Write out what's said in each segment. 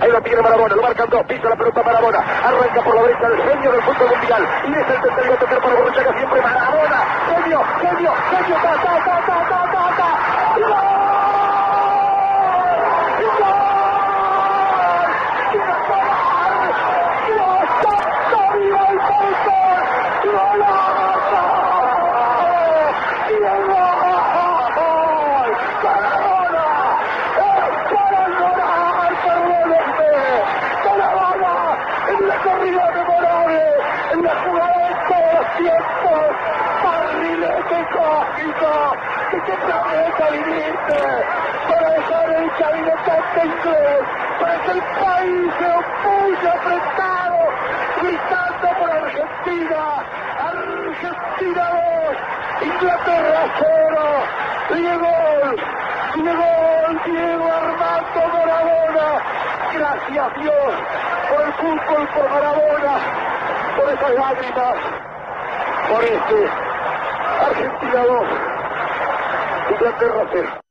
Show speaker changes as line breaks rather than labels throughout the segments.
ahí la tiene Maradona, lo marcan dos, pisa la pelota Maradona, arranca por la derecha el genio del fútbol mundial, y es el tercero a tocar para Borruchaga, siempre Maradona, genio, que te promete vivirte para dejar el cabinete inglés, para que el país se opulle apretado, gritando por Argentina, Argentina 2, Inglaterra 0, Diego Armando Maradona, gracias Dios por el fútbol, por Maradona, por esas lágrimas, por Argentina 2, inglaterra 0.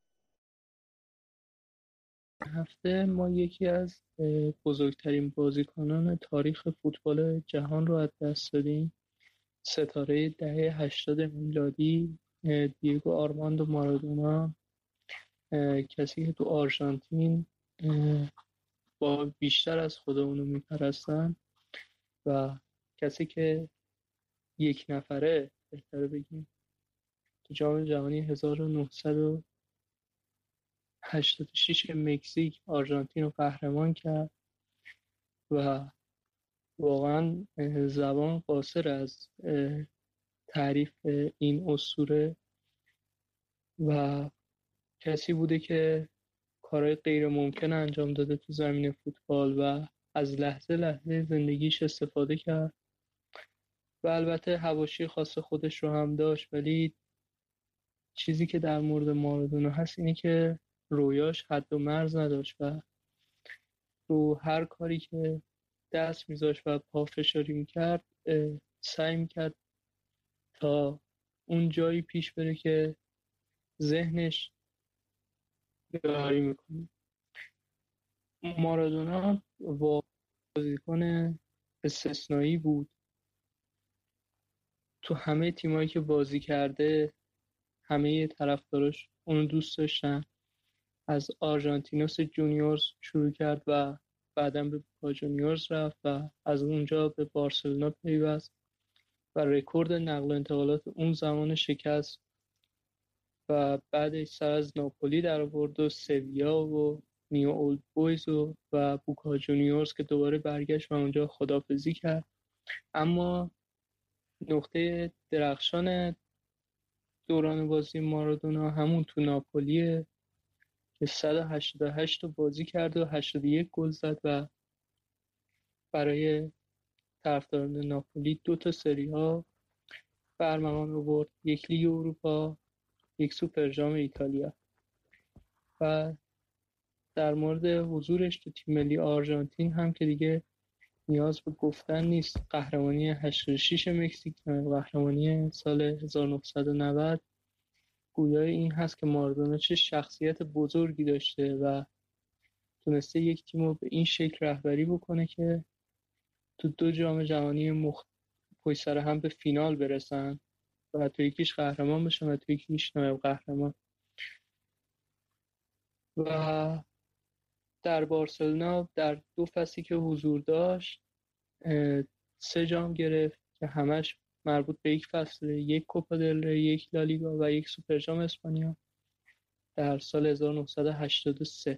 هفته ما یکی از بزرگترین بازیکنان تاریخ فوتبال جهان رو از دست دادیم. ستاره دهه 80 میلادی دیگو آرماندو مارادونا، کسی که تو آرژانتین با بیشتر از خودمونو میپرستن و کسی که یک نفره بهتره بگیم تو جام جهانی 1986 مکزیک آرژانتین رو قهرمان کرد و واقعا زبان قاصر از تعریف این اسطوره و کسی بوده که کارهای غیر ممکن انجام داده تو زمین فوتبال و از لحظه لحظه زندگیش استفاده کرد و البته حواشی خاص خودش رو هم داشت، ولی چیزی که در مورد مارادونا هست اینه که رویاش حد و مرز نداشت و رو هر کاری که دست میذاشت و پافشاری میکرد سعی میکرد تا اون جایی پیش بره که ذهنش یاری میکنه. مارادونا بازیکن استثنایی بود. تو همه تیمایی که بازی کرده همه طرفداراش اونو دوست داشتن. از آرژانتینوس جونیورز شروع کرد و بعداً به بوکا جونیورز رفت و از اونجا به بارسلونا پیوست و رکورد نقل و انتقالات اون زمان شکست و بعدش سر از ناپولی در آورد و سویا و نیو اولد بویز و بوکا جونیورز که دوباره برگشت و اونجا خداحافظی کرد. اما نقطه درخشان دوران بازی مارادونا همون تو ناپولیه که 188 تا بازی کرد و 81 گل زد و برای طرفداران ناپولی 2 تا سری ها برمغان رو برد، یک لیگ اروپا، یک سوپر جام ایتالیا. و در مورد حضورش تو تیم ملی آرژانتین هم که دیگه نیاز به گفتن نیست. قهرمانی 86 مکزیک، قهرمانی سال 1990 گویای این هست که مارادونا چه شخصیت بزرگی داشته و تونسته یک تیم رو به این شکل رهبری بکنه که تو 2 جام جهانی پشت سر هم به فینال برسن و تو یکیش قهرمان بشن و تو یکیش نایب قهرمان. و در بارسلونا در 2 فصلی که حضور داشت 3 جام گرفت که همش مربوط به یک فصل، یک کوپا دل ری، یک لالیگا و یک سوپر جام اسپانیا در سال 1983.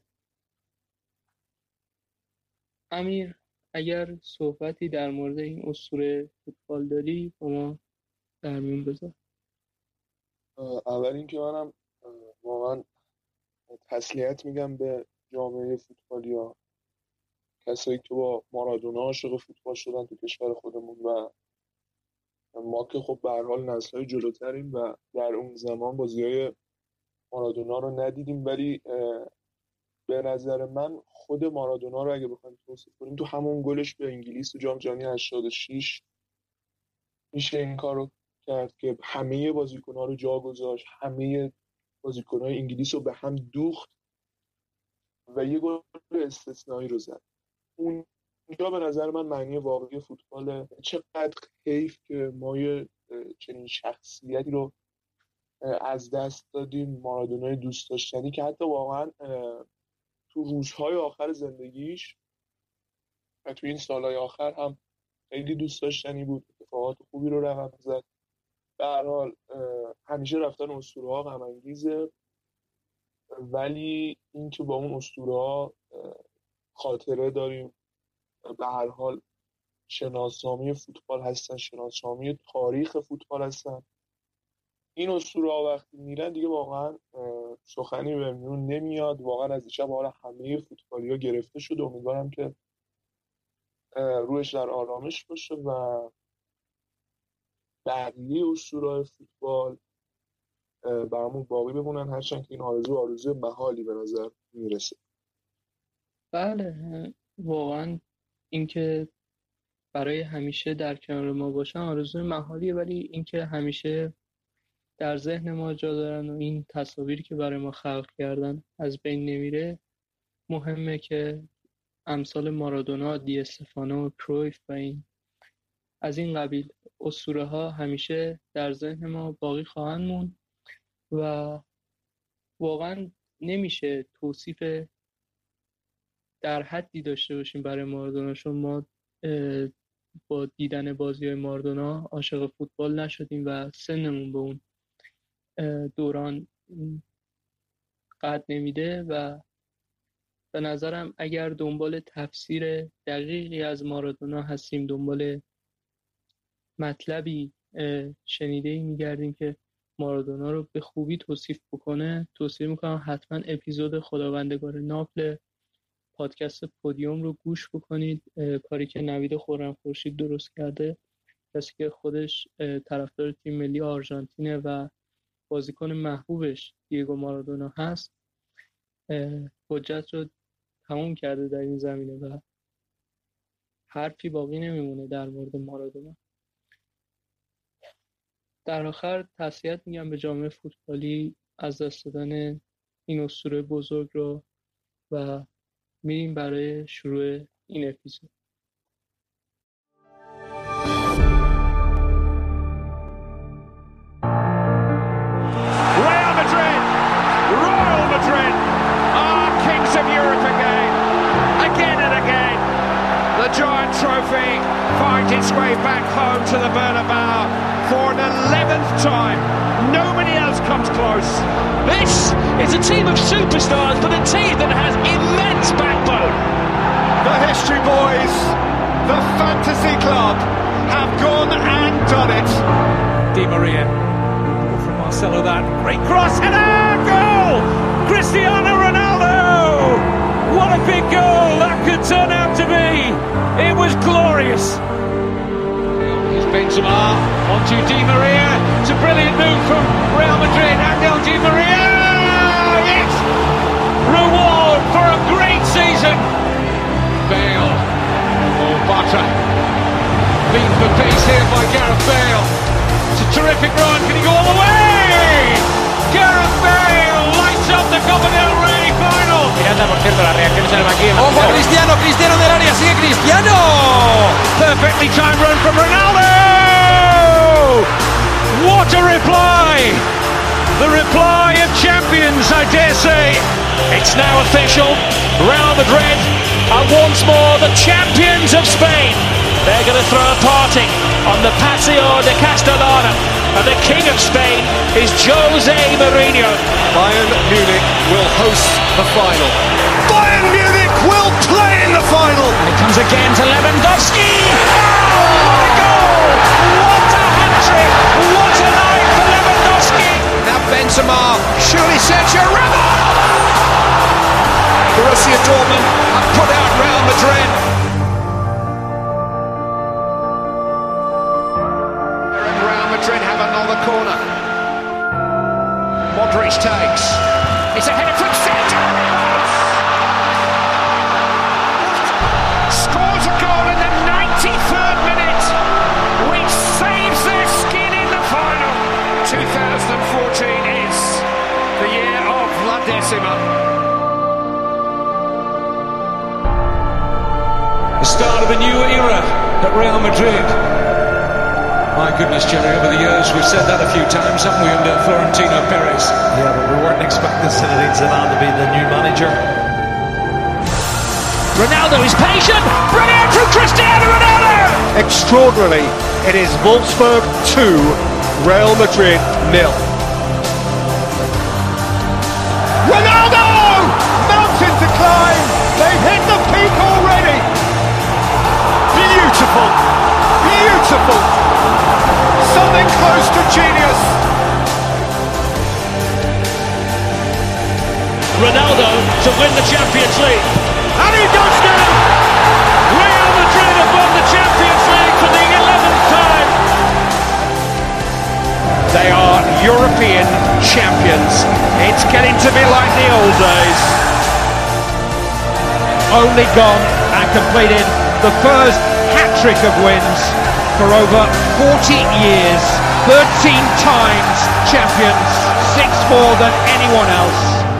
امیر اگر صحبتی در مورد این اسطوره فوتبال داری با ما در میون بذار.
اول اینکه منم واقعا تسلیت میگم به جامعه فوتبالیا، کسایی که با مارادونا عاشق فوتبال شدن تو کشور خودمون و ما که خب به هر حال نسل‌های جلوتریم و در اون زمان بازی‌های مارادونا رو ندیدیم، ولی به نظر من خود مارادونا رو اگه بخوایم توصیف کنیم تو همون گلش به انگلیس تو جام جهانی 86 میشه این کارو کرد که همه بازیکن‌ها رو جا گذاشت، همه بازیکن‌های انگلیس رو به هم دوخت و یه گل استثنایی رو زد. اونجا به نظر من معنی واقعی فوتباله. چقدر حیف که ما یه چنین شخصیتی رو از دست دادیم، مارادونای دوست داشتنی که حتی واقعا تو روزهای آخر زندگیش و تو این سالهای آخر هم خیلی دوست داشتنی بود، اتفاقات خوبی رو رقم زد. به هر حال همیشه رفتن اسطوره‌ها غم انگیزه، ولی این که با اون اسطوره‌ها خاطره داریم، به هر حال شناسنامه فوتبال هستن، شناسنامه تاریخ فوتبال هستن. این اسطوره‌ها وقتی میرن دیگه واقعا سخنی به میون نمیاد. واقعا از دیشب حال همه فوتبالی‌ها گرفته شد. امیدوارم که روحش در آرامش باشه و بقیه اسطوره‌های فوتبال برامون باقی بمونن، هرچند که این آرزوی محالی به نظر میرسه.
بله واقعا اینکه برای همیشه در کنار ما باشن آرزوی محالیه، ولی اینکه همیشه در ذهن ما جا دارن و این تصاویری که برای ما خلق کردن از بین نمیره مهمه. که امثال مارادونا، دی استفانو، کرویف و این از این قبیل اسطوره ها همیشه در ذهن ما باقی خواهند موند و واقعا نمیشه توصیف در حدی داشته باشیم برای مارادونا، چون ما با دیدن بازی‌های مارادونا عاشق فوتبال نشدیم و سنمون به اون دوران قد نمیده و به نظرم اگر دنبال تفسیر دقیقی از مارادونا هستیم، دنبال مطلبی شنیده‌ای میگردیم که مارادونا رو به خوبی توصیف بکنه، توصیه میکنم حتما اپیزود خداوندگار ناپل پادکست پودیوم رو گوش بکنید. کاری که نوید خرمخورشید درست کرده، کسی که خودش طرفدار تیم ملی آرژانتینه و بازیکن محبوبش دیگو مارادونا هست، حجت رو تموم کرده در این زمینه و حرفی باقی نمیمونه در مورد مارادونا. در آخر تسلیت میگم به جامعه فوتبالی از دست دادن این اسطوره بزرگ رو و میریم برای شروع این اپیزود.
Real Madrid, Royal Madrid are kings of Europe again and again. The giant trophy finds its way back home to the Bernabeu for an 11th time. Nobody else comes close.
This is a team of superstars, but a team that has immense backbone.
The history boys, the fantasy club, have gone and done it.
Di Maria, from Marcelo, that great cross, header, goal! Cristiano Ronaldo! What a big goal that could turn out to be. It was glorious.
Here's Benzema, onto Di Maria. It's a brilliant move from Real Madrid. Angel Di Maria, yes!
Reward for a great season.
Bale, Bata, beaten for pace here by Gareth Bale. It's a terrific run, can he go all the way? Gareth Bale lights up the Copa del Rey final.
Miranda, por cierto, las reacciones en el banquillo.
Ojo a Cristiano, Cristiano del área, sigue Cristiano.
Perfectly timed run from Ronaldo. What a reply! The reply of champions, I dare say.
It's now official. Real Madrid are once more the champions of Spain. They're going to throw a party on the Paseo de Castellana. And the king of Spain is Jose Mourinho.
Bayern Munich will host the final. Bayern Munich will play in the final.
And it comes again to Lewandowski. Oh, what a goal! What a hat-trick! What a night for Lewandowski!
Now Benzema, surely Sergio Ramos.
Borussia Dortmund have put out Real Madrid. And Real Madrid have another corner. Modric takes.
It's a header from Sergio Ramos!
Scores a goal in the 93rd minute, which saves their skin in the final. 2014 is the year of La Decima.
The start of a new era at Real Madrid. My goodness, Jerry, over the years we've said that a few times, haven't we, under Florentino Perez?
Yeah, but we weren't expecting Zinedine Zidane to be the new manager.
Ronaldo is patient. Brilliant from Cristiano Ronaldo!
Extraordinarily, it is Wolfsburg 2, Real Madrid 0. Ronaldo! Mountain to climb! They've hit the peak already! Beautiful! Beautiful! Something close to genius!
Ronaldo to win the Champions League.
And he does now!
Real Madrid have won the Champions League for the 11th time.
They are European champions. It's getting to be like the old days. Only gone and completed the first hat-trick of wins for over 40 years. 13 times champions, 6 more than anyone else.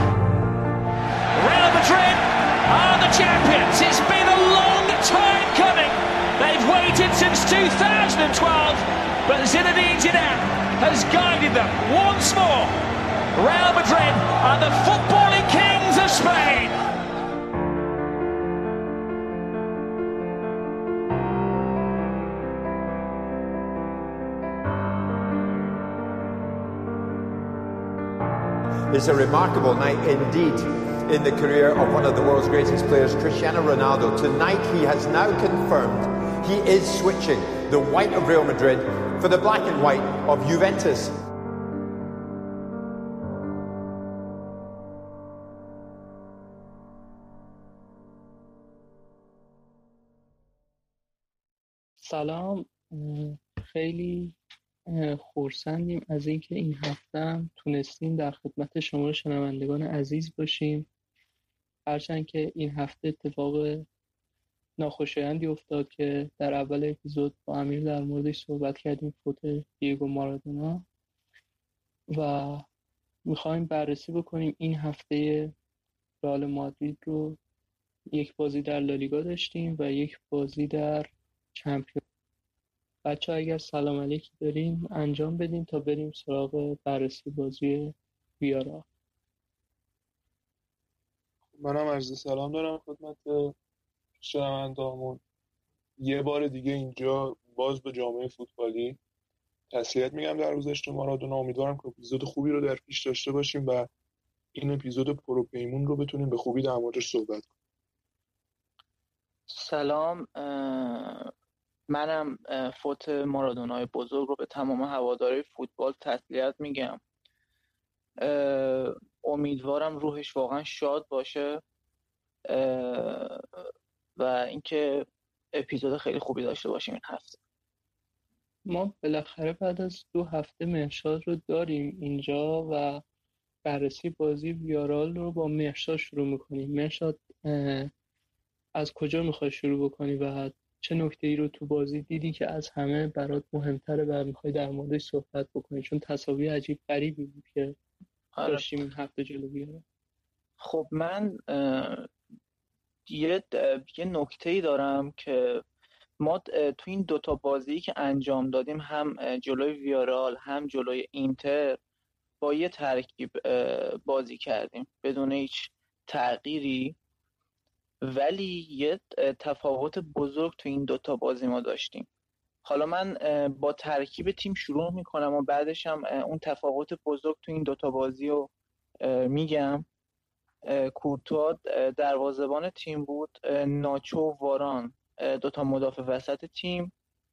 Real Madrid are the champions. It's been a long time coming. They've waited since 2012, but Zinedine Zidane has guided them once more. Real Madrid are the footballing kings of Spain.
It's a remarkable night indeed in the career of one of the world's greatest players, Cristiano Ronaldo. Tonight he has now confirmed he is switching the white of Real Madrid for the black and white of Juventus.
سلام، خیلی خرسندیم از اینکه این هفته هم تونستیم در خدمت شما شنوندگان عزیز باشیم. هرچند که این هفته اتفاق ناخوشایندی افتاد که در اول اپیزود با امیر در موردش صحبت کردیم، فوت دیگو مارادونا، و میخوایم بررسی بکنیم این هفته رئال مادرید رو. یک بازی در لالیگا داشتیم و یک بازی در چمپیونز. بچه ها اگر سلام علیکی داریم انجام بدیم تا بریم سراغ بررسی بازی ویارال.
منم عرض سلام دارم خدمت شنوندهامون. یه بار دیگه اینجا باز به جامعه فوتبالی تسلیت میگم در گذشت مارادونا. امیدوارم که اپیزود خوبی رو در پیش داشته باشیم و این اپیزود پروپیمون رو بتونیم به خوبی در موردش صحبت کنیم.
سلام، منم فوت مارادونای بزرگ رو به تمام هواداری فوتبال تسلیت میگم. امیدوارم روحش واقعا شاد باشه و اینکه اپیزود خیلی خوبی داشته باشیم این هفته.
ما بالاخره بعد از 2 هفته مهرشاد رو داریم اینجا و بررسی بازی ویارال رو با مهرشاد شروع میکنیم. مهرشاد، از کجا میخوای شروع بکنی و چه نکته‌ای رو تو بازی دیدی که از همه برات مهمتره و میخوای در موردش صحبت بکنی؟ چون تساوی عجیب غریبی بود که داشتیم این هفته جلو ویارال.
خب من یه نکته‌ای دارم که ما تو این 2 بازی که انجام دادیم، هم جلوی ویارال هم جلوی اینتر، با یه ترکیب بازی کردیم بدون هیچ تغییری، ولی یه تفاوت بزرگ تو این 2 بازی ما داشتیم. حالا من با ترکیب تیم شروع میکنم و بعدش هم اون تفاوت بزرگ تو این 2 بازی رو میگم. کورتوا دروازه‌بان تیم بود، ناچو و واران 2 مدافع وسط تیم،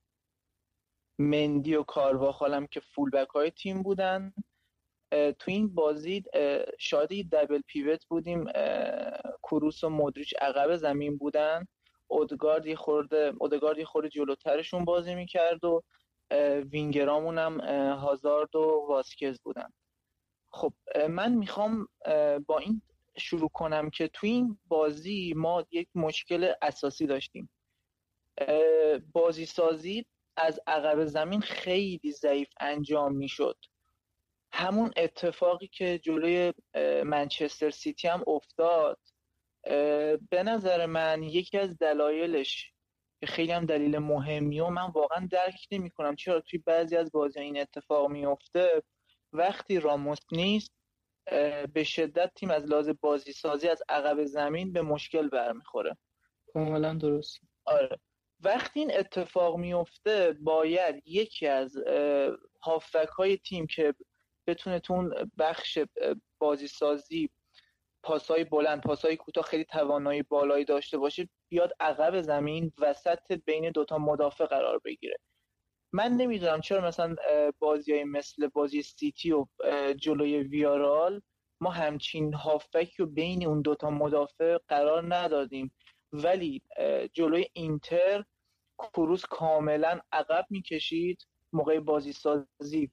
مندی و کارواخال هم که فول بک های تیم بودن. تو این بازی شاید دبل پیوت بودیم، کروس و مودریچ عقب زمین بودن، اودگارد یه خورده جلوترشون بازی میکرد و وینگرامون هم هازارد و واسکز بودن. خب من میخوام با این شروع کنم که تو این بازی ما یک مشکل اساسی داشتیم. بازی سازی از عقب زمین خیلی ضعیف انجام میشد. همون اتفاقی که جلوی منچستر سیتی هم افتاد، به نظر من یکی از دلایلش که خیلی هم دلیل مهمیه و من واقعا درک نمی‌کنم چرا توی بعضی از بازی‌ها این اتفاق میفته. وقتی راموس نیست به شدت تیم از لحاظ بازی سازی از عقب زمین به مشکل برمیخوره.
کاملا درست.
آره، وقتی این اتفاق میفته باید یکی از هافبک های تیم که بتونه تو اون بخش بازی سازی پاسای بلند، پاسای کوتاه خیلی توانایی بالایی داشته باشه بیاد عقب زمین وسط بین دوتا مدافع قرار بگیره. من نمیدونم چرا مثلا بازیای مثل بازی سیتی و جلوی ویارال ما همچین هافبکی رو بین اون دوتا مدافع قرار ندادیم، ولی جلوی اینتر کروس کاملا عقب میکشید موقع بازی سازی،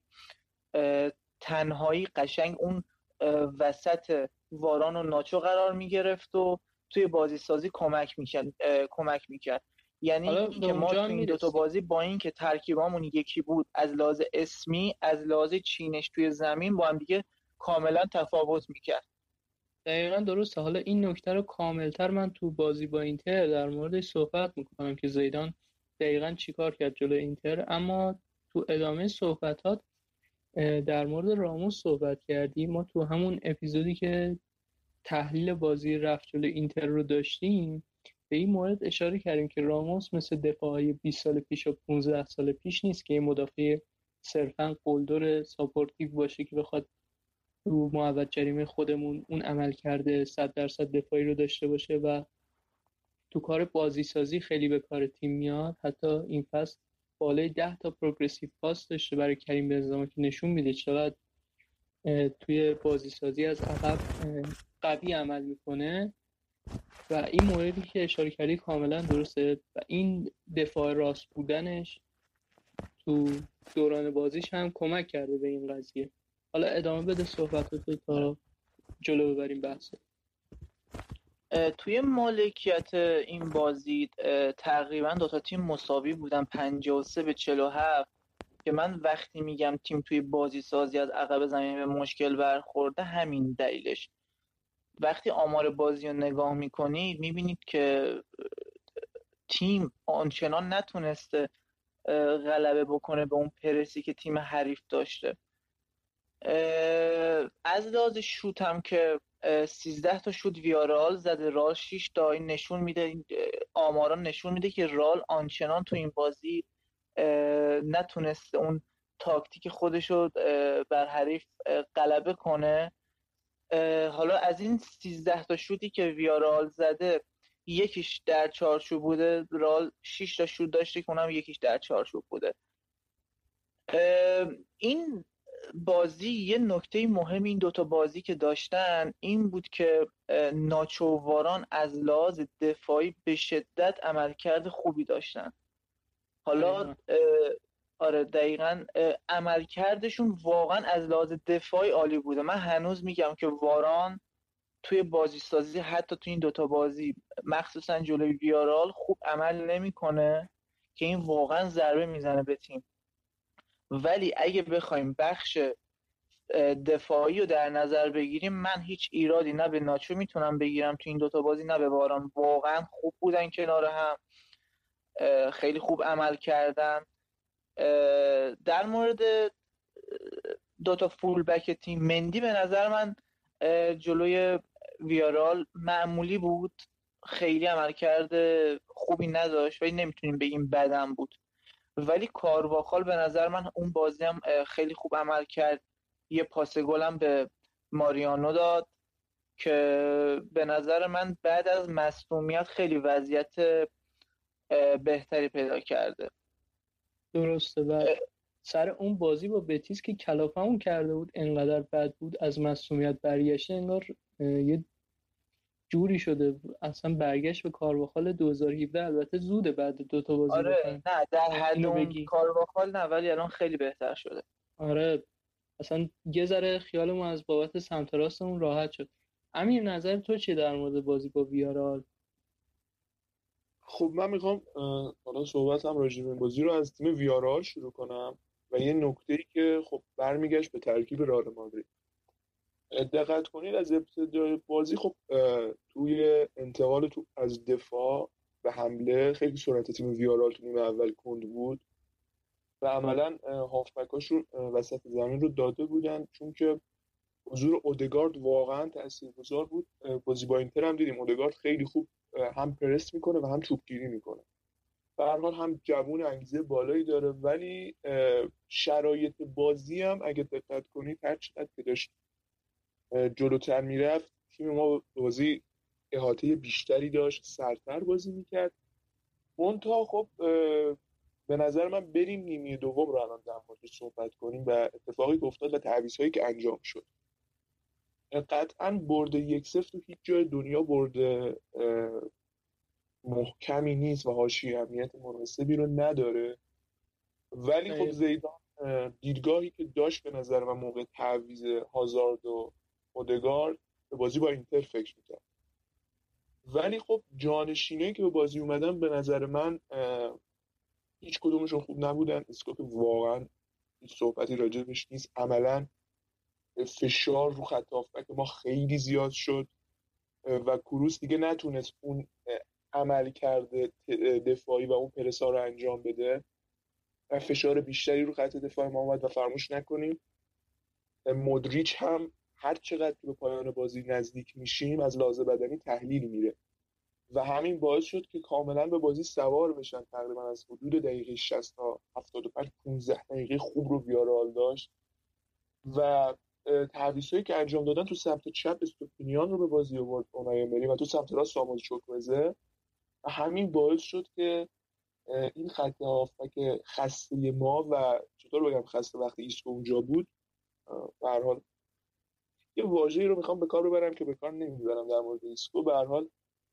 تنهایی قشنگ اون وسط واران و ناچو قرار میگرفت و توی بازی سازی کمک میکرد. یعنی اینکه ما تو این دوتا بازی با اینکه ترکیبامون یکی بود از لحاظ اسمی، از لحاظ چینش توی زمین با هم دیگه کاملا تفاوت میکرد.
دقیقا درسته. حالا این نکته رو کاملتر من تو بازی با اینتر در موردش صحبت میکنم که زیدان دقیقا چیکار کرد جلوی اینتر، اما تو ادامه صحبتات در مورد راموس صحبت کردیم. ما تو همون اپیزودی که تحلیل بازی رفت جلوی اینتر رو داشتیم به این مورد اشاره کردیم که راموس مثل دفاعی 20 سال پیش و 15 سال پیش نیست که یه مدافع صرفاً قلدر ساپورتیو باشه که بخواد رو محوط جریمه خودمون اون عمل کرده 100% دفاعی رو داشته باشه و تو کار بازی سازی خیلی به کار تیم میاد. حتی این فصل بالای 10 تا پروگرسیو پاس داشته برای کریم بنزما که نشون میده چقدر توی بازی سازی از عقب قوی عمل میکنه و این موردی که اشاره کردی کاملا درسته و این دفاع راست بودنش تو دوران بازیش هم کمک کرده به این قضیه. حالا ادامه بده صحبتاتو تا جلو ببریم بحثو.
توی مالکیت این بازی تقریبا دوتا تیم مساوی بودن 53-47 که من وقتی میگم تیم توی بازی سازی از عقب زمین به مشکل برخورده همین دلیلش. وقتی آمار بازی رو نگاه میکنید میبینید که تیم آنچنان نتونسته غلبه بکنه به اون پرسی که تیم حریف داشته. از لحاظ شوت هم که 13 تا شوت ویارال زده، رال 6 تا. این نشون میده، آمارا نشون میده که رال آنچنان تو این بازی نتونسته اون تاکتیک خودشو بر حریف غلبه کنه. حالا از این 13 تا شوتی که ویارال زده یکیش در چارچوب بوده، رال 6 تا شوت داشته که اونم یکیش در چارچوب بوده. این بازی یه نکته مهم این دوتا بازی که داشتن این بود که ناچو و واران از لحاظ دفاعی به شدت عملکرد خوبی داشتن. حالا آره دقیقاً عملکردشون واقعا از لحاظ دفاعی عالی بوده. من هنوز میگم که واران توی بازی سازی حتی توی این دوتا بازی مخصوصا جلوی ویارال خوب عمل نمیکنه که این واقعا ضربه میزنه به تیم. ولی اگه بخوایم بخش دفاعی رو در نظر بگیریم من هیچ ایرادی نه به ناچو میتونم بگیرم تو این دوتا بازی نه به واران. واقعا خوب بودن کنار هم، خیلی خوب عمل کردن. در مورد دوتا فول بک تیم، مندی به نظر من جلوی ویارال معمولی بود، خیلی عمل کرده خوبی نداشت ولی نمیتونیم بگیم بدم بود. ولی کارواخال به نظر من اون بازی هم خیلی خوب عمل کرد، یه پاس گل هم به ماریانو داد که به نظر من بعد از مصدومیت خیلی وضعیت بهتری پیدا کرده.
درسته. و سر اون بازی با بتیس که کلافمون کرده بود انقدر بد بود، از مصدومیت برگشته انگار یه جوری شده اصلا برگشت به کارواخال 2017. البته زوده بعد دوتا بازی
آره نه در حد اون کارواخال نه، ولی الان خیلی بهتر شده.
آره اصلا یه ذره خیالمون از بابت سمت راستمون راحت شد. امیر نظر تو چیه در مورد بازی با ویارال؟
خب من میخوام حالا صحبتم راجع به بازی رو از تیم ویارال شروع کنم و یه نکته‌ای که خب برمیگشت به ترکیب رئال مادرید. دقت کنید از ابتدای بازی خب توی انتقال تو از دفاع به حمله. خیلی سرعت تیم ویارال تو نیمه اول کند بود و عملا هافبکاش رو وسط زمین رو داده بودن، چون که حضور اودگارد واقعا تاثیرگذار بود. بازی با اینتر هم دیدیم اودگارد خیلی خوب هم پرس میکنه و هم توپگیری میکنه. به هر حال هم جوون انگیزه بالایی داره، ولی شرایط بازی هم اگه دقت کنید هر چقدر که داشت جلوتر میرفت تیم ما بازی احاطه بیشتری داشت، سرتر بازی میکرد. منتها خب به نظر من بریم نیمه دوم رو الان در موردش صحبت کنیم و اتفاقی که افتاد و تعویض‌هایی که انجام شد. قطعا برد 1-0 تو هیچ جای دنیا برد محکمی نیست و حاشیه اهمیت مناسبی رو نداره، ولی خب زیدان دیدگاهی که داشت به نظر من موقع تعویض هازارد و اودگارد به بازی با اینتر فکر میکرد. ولی خب جانشینایی که به بازی اومدن به نظر من هیچ کدومشون خوب نبودن. اسکو که واقعا هیچ صحبتی راجبش نیست. عملا فشار رو خط هافبک ما خیلی زیاد شد و کروس دیگه نتونست اون عمل کرده دفاعی و اون پرسا رو انجام بده و فشار بیشتری رو خط دفاع ما اومد و فراموش نکنیم مودریچ هم هر چقدر به پایان بازی نزدیک میشیم از لحاظ بدنی تحلیل میره و همین باعث شد که کاملا به بازی سوار بشن. تقریبا از حدود دقیقه 60 تا 75 15 دقیقه خوب رو ویارال داشت و تعویضایی که انجام دادن تو سمت چپ استوپینیان رو به بازی آورد اونای امری و تو سمت راست ساموئل چوکوزه و همین باعث شد که این خط هافبک خسته ما و چطور بگم خسته وقتی ایسکو اونجا بود. به هر حال یه واژه‌ای رو میخوام به کار ببرم که به کار نمیبرم در مورد ایسکو. به هر حال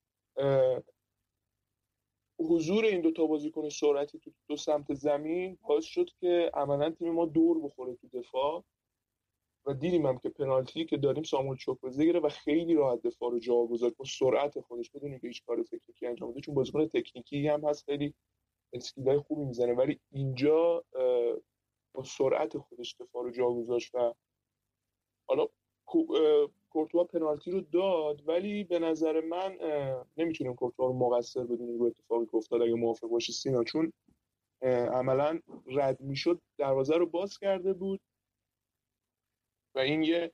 حضور این دو تا بازیکن سرعتی تو دو سمت زمین باعث شد که عملاً تیم ما دور بخوره تو دفاع و دیدیم هم که پنالتی که داریم ساموئل چوکوزه گرفت و خیلی راحت دفاع رو جا گذاشت با سرعت خودش بدون اینکه هیچ کار تکنیکی انجام بده، چون بازیکن تکنیکی هم هست، خیلی اسکیلای خوبی میزنه، ولی اینجا با سرعت خودش دفاع رو جا گذاشت و حالا کورتوا پنالتی رو داد، ولی به نظر من نمیتونیم کورتوا رو مقصر بدونیم رو اتفاقی که افتاد اگه موافق باشی سینا، چون عملا رد میشد دروازه رو باز کرده بود و این یه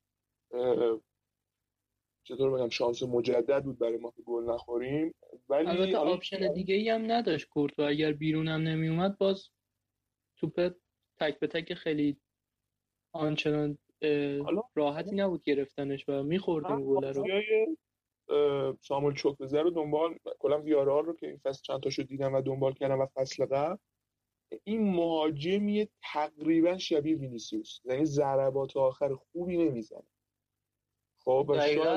چطور بگم شانس مجدد بود برای ما که گل نخوریم. ولی
البته آپشن دیگه ای هم نداشت کورتوا، اگر بیرون هم نمی اومد باز توپ تک به تک خیلی آنچنان راحتی نبود گرفتنش و میخوردیم گل رو.
ساموئل چوکوزه رو دنبال کلا ویارال رو که این فصل چند تاشو دیدم و دنبال کردم و فصل قبل این مهاجمیه تقریبا شبیه وینیسیوس، یعنی ضربات آخر خوبی نمیزنه. خب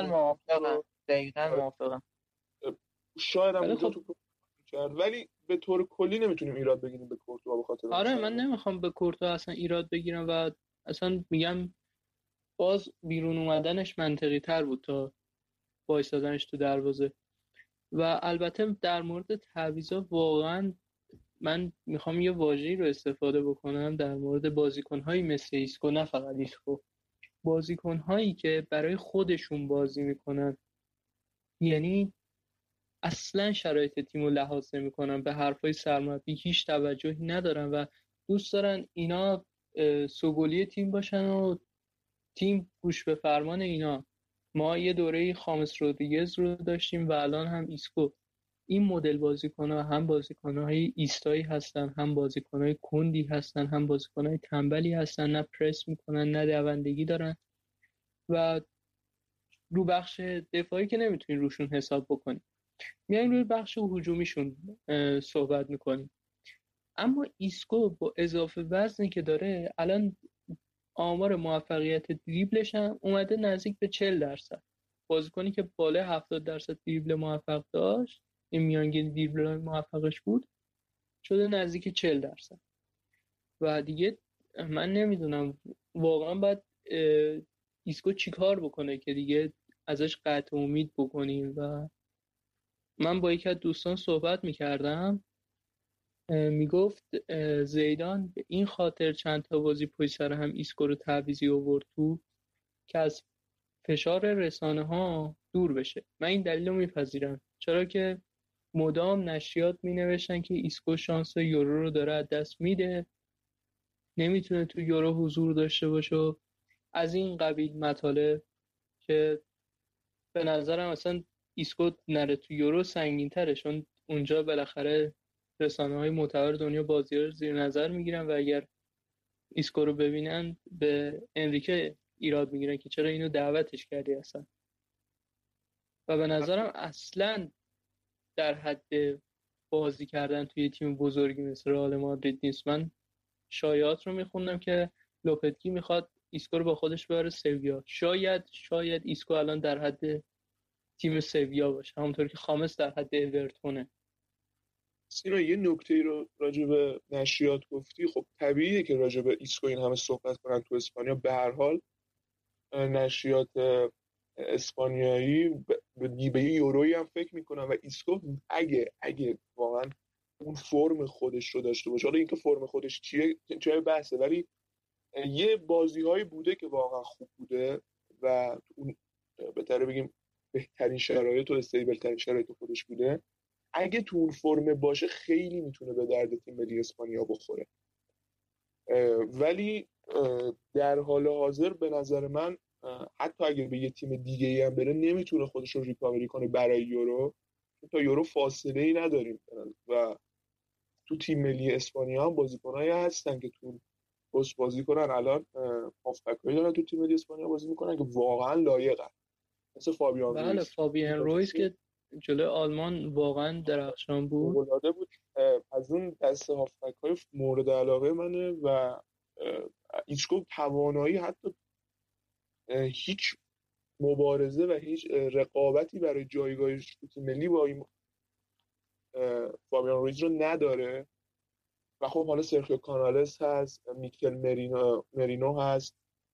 دقیقاً موافقم.
شاید هم اونجا تو کرد، ولی به طور کلی نمیتونیم ایراد بگیریم به کورتوا به خاطر
آره من نمیخوام به کورتوا اصلا ایراد بگیرم و اصلا میگم باز بیرون اومدنش منطقی تر بود تا وایسادنش تو دروازه. و البته در مورد تعویضا واقعا من میخوام یه واژه‌ای رو استفاده بکنم در مورد بازیکن‌هایی مثل ایسکو، نه فقط ایسکو، بازیکن‌هایی که برای خودشون بازی میکنن، یعنی اصلا شرایط تیمو لحاظ نمیکنن، به حرفای سرمربی هیچ توجهی ندارن و دوست دارن اینا سوگلی تیم باشن و تیم گوش به فرمان اینا. ما یه دوره خامس رودریگز رو داشتیم و الان هم ایسکو. این مدل بازیکن‌ها هم بازیکن‌های ایستایی هستن، هم بازیکن‌های کندی هستن، هم بازیکن‌های تنبلی هستن، نه پرس میکنن نه دوندگی دارن و رو بخش دفاعی که نمیتونین روشون حساب بکنیم، میایم روی بخش هجومیشون صحبت میکنیم. اما ایسکو با اضافه وزنی که داره الان آمار موفقیت دریبلش هم اومده نزدیک به 40%. بازیکنی که بالای 70% دریبل موفق داشت، این میانگین دریبل موفقش بود، شده نزدیک 40%. و دیگه من نمیدونم واقعا باید ایسکو چی کار بکنه که دیگه ازش قطع امید بکنیم. و من با یکی از دوستان صحبت میکردم، میگفت زیدان به این خاطر چند تا بازی پشت سر هم ایسکو رو تعویضی آورد تو که از فشار رسانه ها دور بشه. من این دلیل رو میپذیرم، چرا که مدام نشریات مینوشتن که ایسکو شانس یورو رو داره از دست میده، نمیتونه تو یورو حضور داشته باشه. از این قبیل مطالب که به نظرم اصلا ایسکو نره تو یورو سنگین تره، چون اونجا بالاخره رسانه‌های معتبر دنیا بازی‌ها رو زیر نظر میگیرن و اگر ایسکو رو ببینن به انریکه ایراد میگیرن که چرا اینو دعوتش کردی اصلا. و به نظرم اصلا در حد بازی کردن توی تیم بزرگی مثل رئال مادرید نیست. من شایعات رو میخوندم که لوپتگی میخواد ایسکو رو با خودش ببره سویا. شاید ایسکو الان در حد تیم سویا باشه، همونطور که خامس در حد اورتونه.
سینا یه نکته رو راجع به نشریات گفتی. خب طبیعیه که راجع به ایسکو این همه صحبت کنن تو اسپانیا. به هر حال نشریات اسپانیایی به یورویی هم فکر میکنن و ایسکو اگه واقعا اون فرم خودش رو داشته باشه، حالا اینکه فرم خودش چیه بحثه، ولی یه بازی‌هایی بوده که واقعا خوب بوده و اون بهتره بگیم بهترین شرایط و استیبل ترین شرایط خودش بوده. اگه تو اون فرم باشه خیلی میتونه به درد تیم ملی اسپانیا بخوره. ولی در حال حاضر به نظر من حتی اگر به یه تیم دیگه ای هم بره نمیتونه خودش رو ریکاوری کنه برای یورو. تا یورو فاصله ای نداریم و تو تیم ملی اسپانیا هم بازیکنایی هستن که تو پست بازی کنن. الان هافبک‌هایی دارن تو تیم ملی اسپانیا بازی میکنن که واقعا لایقن، مثل فابیان رویز.
بله فابیان رویز که جلوی آلمان واقعا درخشان بود.
از اون دسته هافبک‌های مورد علاقه منه و ایسکو توانایی حتی هیچ مبارزه و هیچ رقابتی برای جایگاهش تو تیم ملی با این فابیان رویز رو نداره. و خب حالا سرخیو کانالس هست، میکل مرینو هست،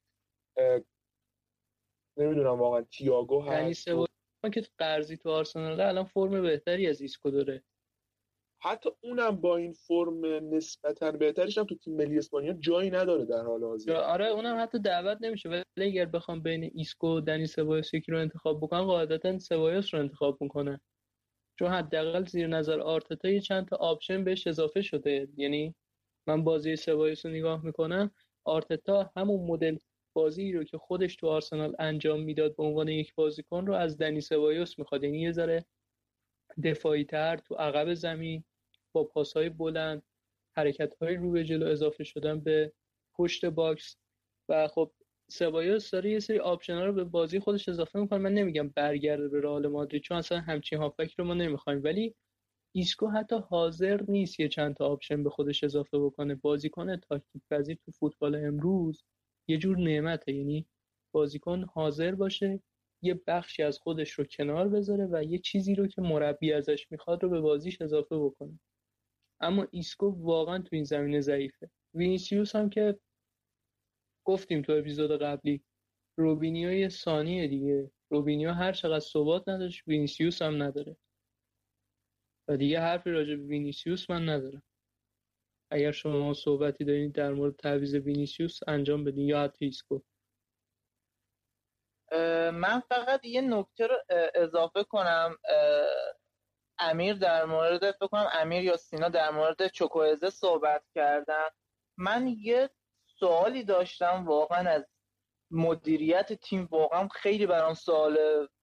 نمیدونم واقعا تییاگو هست.
من که قرضی تو آرسنال الان فرم بهتری از ایسکو داره.
حتی اونم با این فرم نسبتاً بهترش هم تو تیم ملی اسپانیا جایی نداره در حال حاضر.
آره اونم حتی دعوت نمیشه. ولی اگر بخوام بین ایسکو و دنی سبایوس یکی رو انتخاب بکنن قاعدتاً سبایوس رو انتخاب میکنه، چون حداقل زیر نظر آرتتا یه چند تا آپشن بهش اضافه شده. یعنی من بازی سبایوس رو نگاه میکنم، آرتتا همون مدل بازی رو که خودش تو آرسنال انجام میداد به عنوان یک بازیکن رو از دنی سبایوس میخواد. یعنی یه ذره دفاعی تر تو عقب زمین با پاس‌های بلند، حرکت‌های رو به جلو، اضافه شدن به پشت باکس. و خب سبایوس داره یه سری آپشن‌ها رو به بازی خودش اضافه میکنه. من نمیگم برگرده به رئال مادرید چون اصلا همچین هافبک رو ما نمیخوایم، ولی ایسکو حتی حاضر نیست یه چند تا آپشن به خودش اضافه بکنه. بازیکن تاکتیک پذیر تو فوتبال امروز یه جور نعمته. یعنی بازیکن حاضر باشه یه بخشی از خودش رو کنار بذاره و یه چیزی رو که مربی ازش میخواد رو به بازیش اضافه بکنه. اما ایسکو واقعا تو این زمینه ضعیفه. وینیسیوس هم که گفتیم تو اپیزود قبلی روبینیو ثانیه دیگه. روبینیو هر چقدر ثبات نداشت وینیسیوس هم نداره و دیگه حرفی راجع به وینیسیوس من ندارم. اگر شما صحبتی دارین در مورد تعویض وینیسیوس انجام بدین یا حتی ایسکو.
من فقط یه نکته رو اضافه کنم. امیر در مورد فکر کنم امیر یا سینا در مورد چوکوئزه صحبت کردن. من یه سوالی داشتم واقعا از مدیریت تیم، واقعا خیلی برام سوال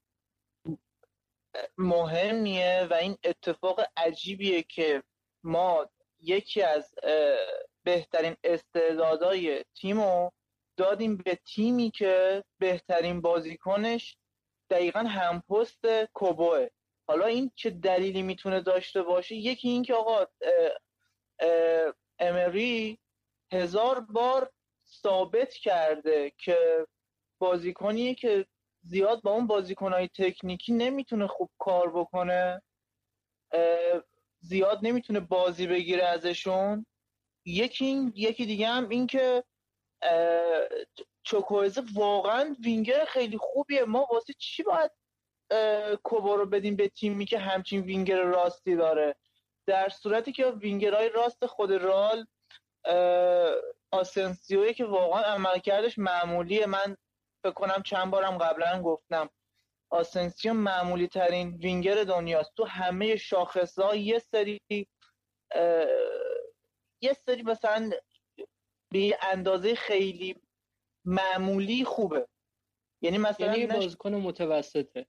مهمیه و این اتفاق عجیبیه که ما یکی از بهترین استعدادهای تیمو دادیم به تیمی که بهترین بازیکنش دقیقاً همپست کوبوه. حالا این چه دلیلی میتونه داشته باشه؟ یکی این که آقا امری 1000 بار ثابت کرده که بازیکنیه که زیاد با اون بازیکنهای تکنیکی نمیتونه خوب کار بکنه، زیاد نمیتونه بازی بگیره ازشون. یکی دیگه هم این که چوکوئزه واقعا وینگر خیلی خوبیه. ما واسه چی باید کوبو رو بدیم به تیمی که همچین وینگر راستی داره، در صورتی که وینگرهای راست خود رئال آسنسیوی که واقعا عملکردش معمولیه. من فکر کنم چند بارم قبلا گفتم آسنسیو معمولی ترین وینگر دنیاست. تو همه شاخص‌ها یه سری مثلا به اندازه خیلی معمولی خوبه. یعنی مثلا
یعنی بازیکن متوسطه.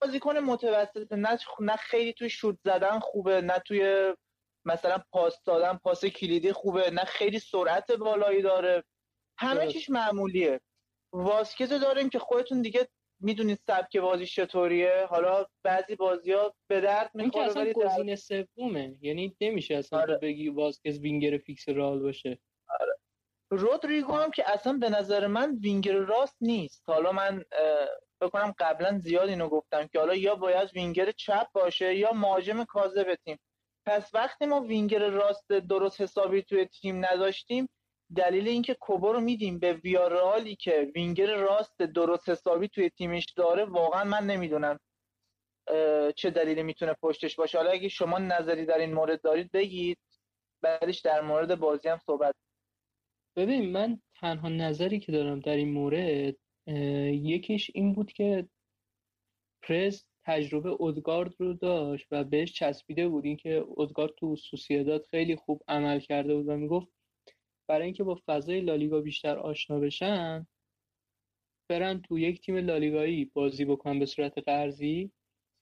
نه خیلی توی شوت زدن خوبه، نه توی مثلا پاس دادن، پاس کلیدی خوبه، نه خیلی سرعت بالایی داره. همه چیش معمولیه. واسکز داریم که خودتون دیگه میدونید سبک بازی چطوریه. حالا بعضی بازی‌ها به درد میخوره
ولی اصلا گزینه سومه، یعنی نمیشه اصلا تو بگی واسکز وینگر فیکس رئال باشه.
آره. رودریگو هم که اصلا به نظر من وینگر راست نیست. حالا من بکنم قبلا زیاد اینو گفتم که حالا یا باید وینگر چپ باشه یا مهاجم کاذب تیم. پس وقتی ما وینگر راست درست حسابی توی تیم نداشتیم، دلیل اینکه کوبو رو میدیم به ویارئالی که وینگر راست درست حسابی توی تیمش داره، واقعا من نمیدونم چه دلیلی میتونه پشتش باشه. حالا اگه شما نظری در این مورد دارید بگید، بعدش در مورد بازی هم صحبت.
ببین من تنها نظری که دارم در این مورد یکیش این بود که پرز تجربه اودگارد رو داشت و بهش چسبیده بود، این که اودگارد تو سوسییداد خیلی خوب عمل کرده بود و میگفت برای اینکه با فضای لالیگا بیشتر آشنا بشن برن تو یک تیم لالیگایی بازی بکنن به صورت قرضی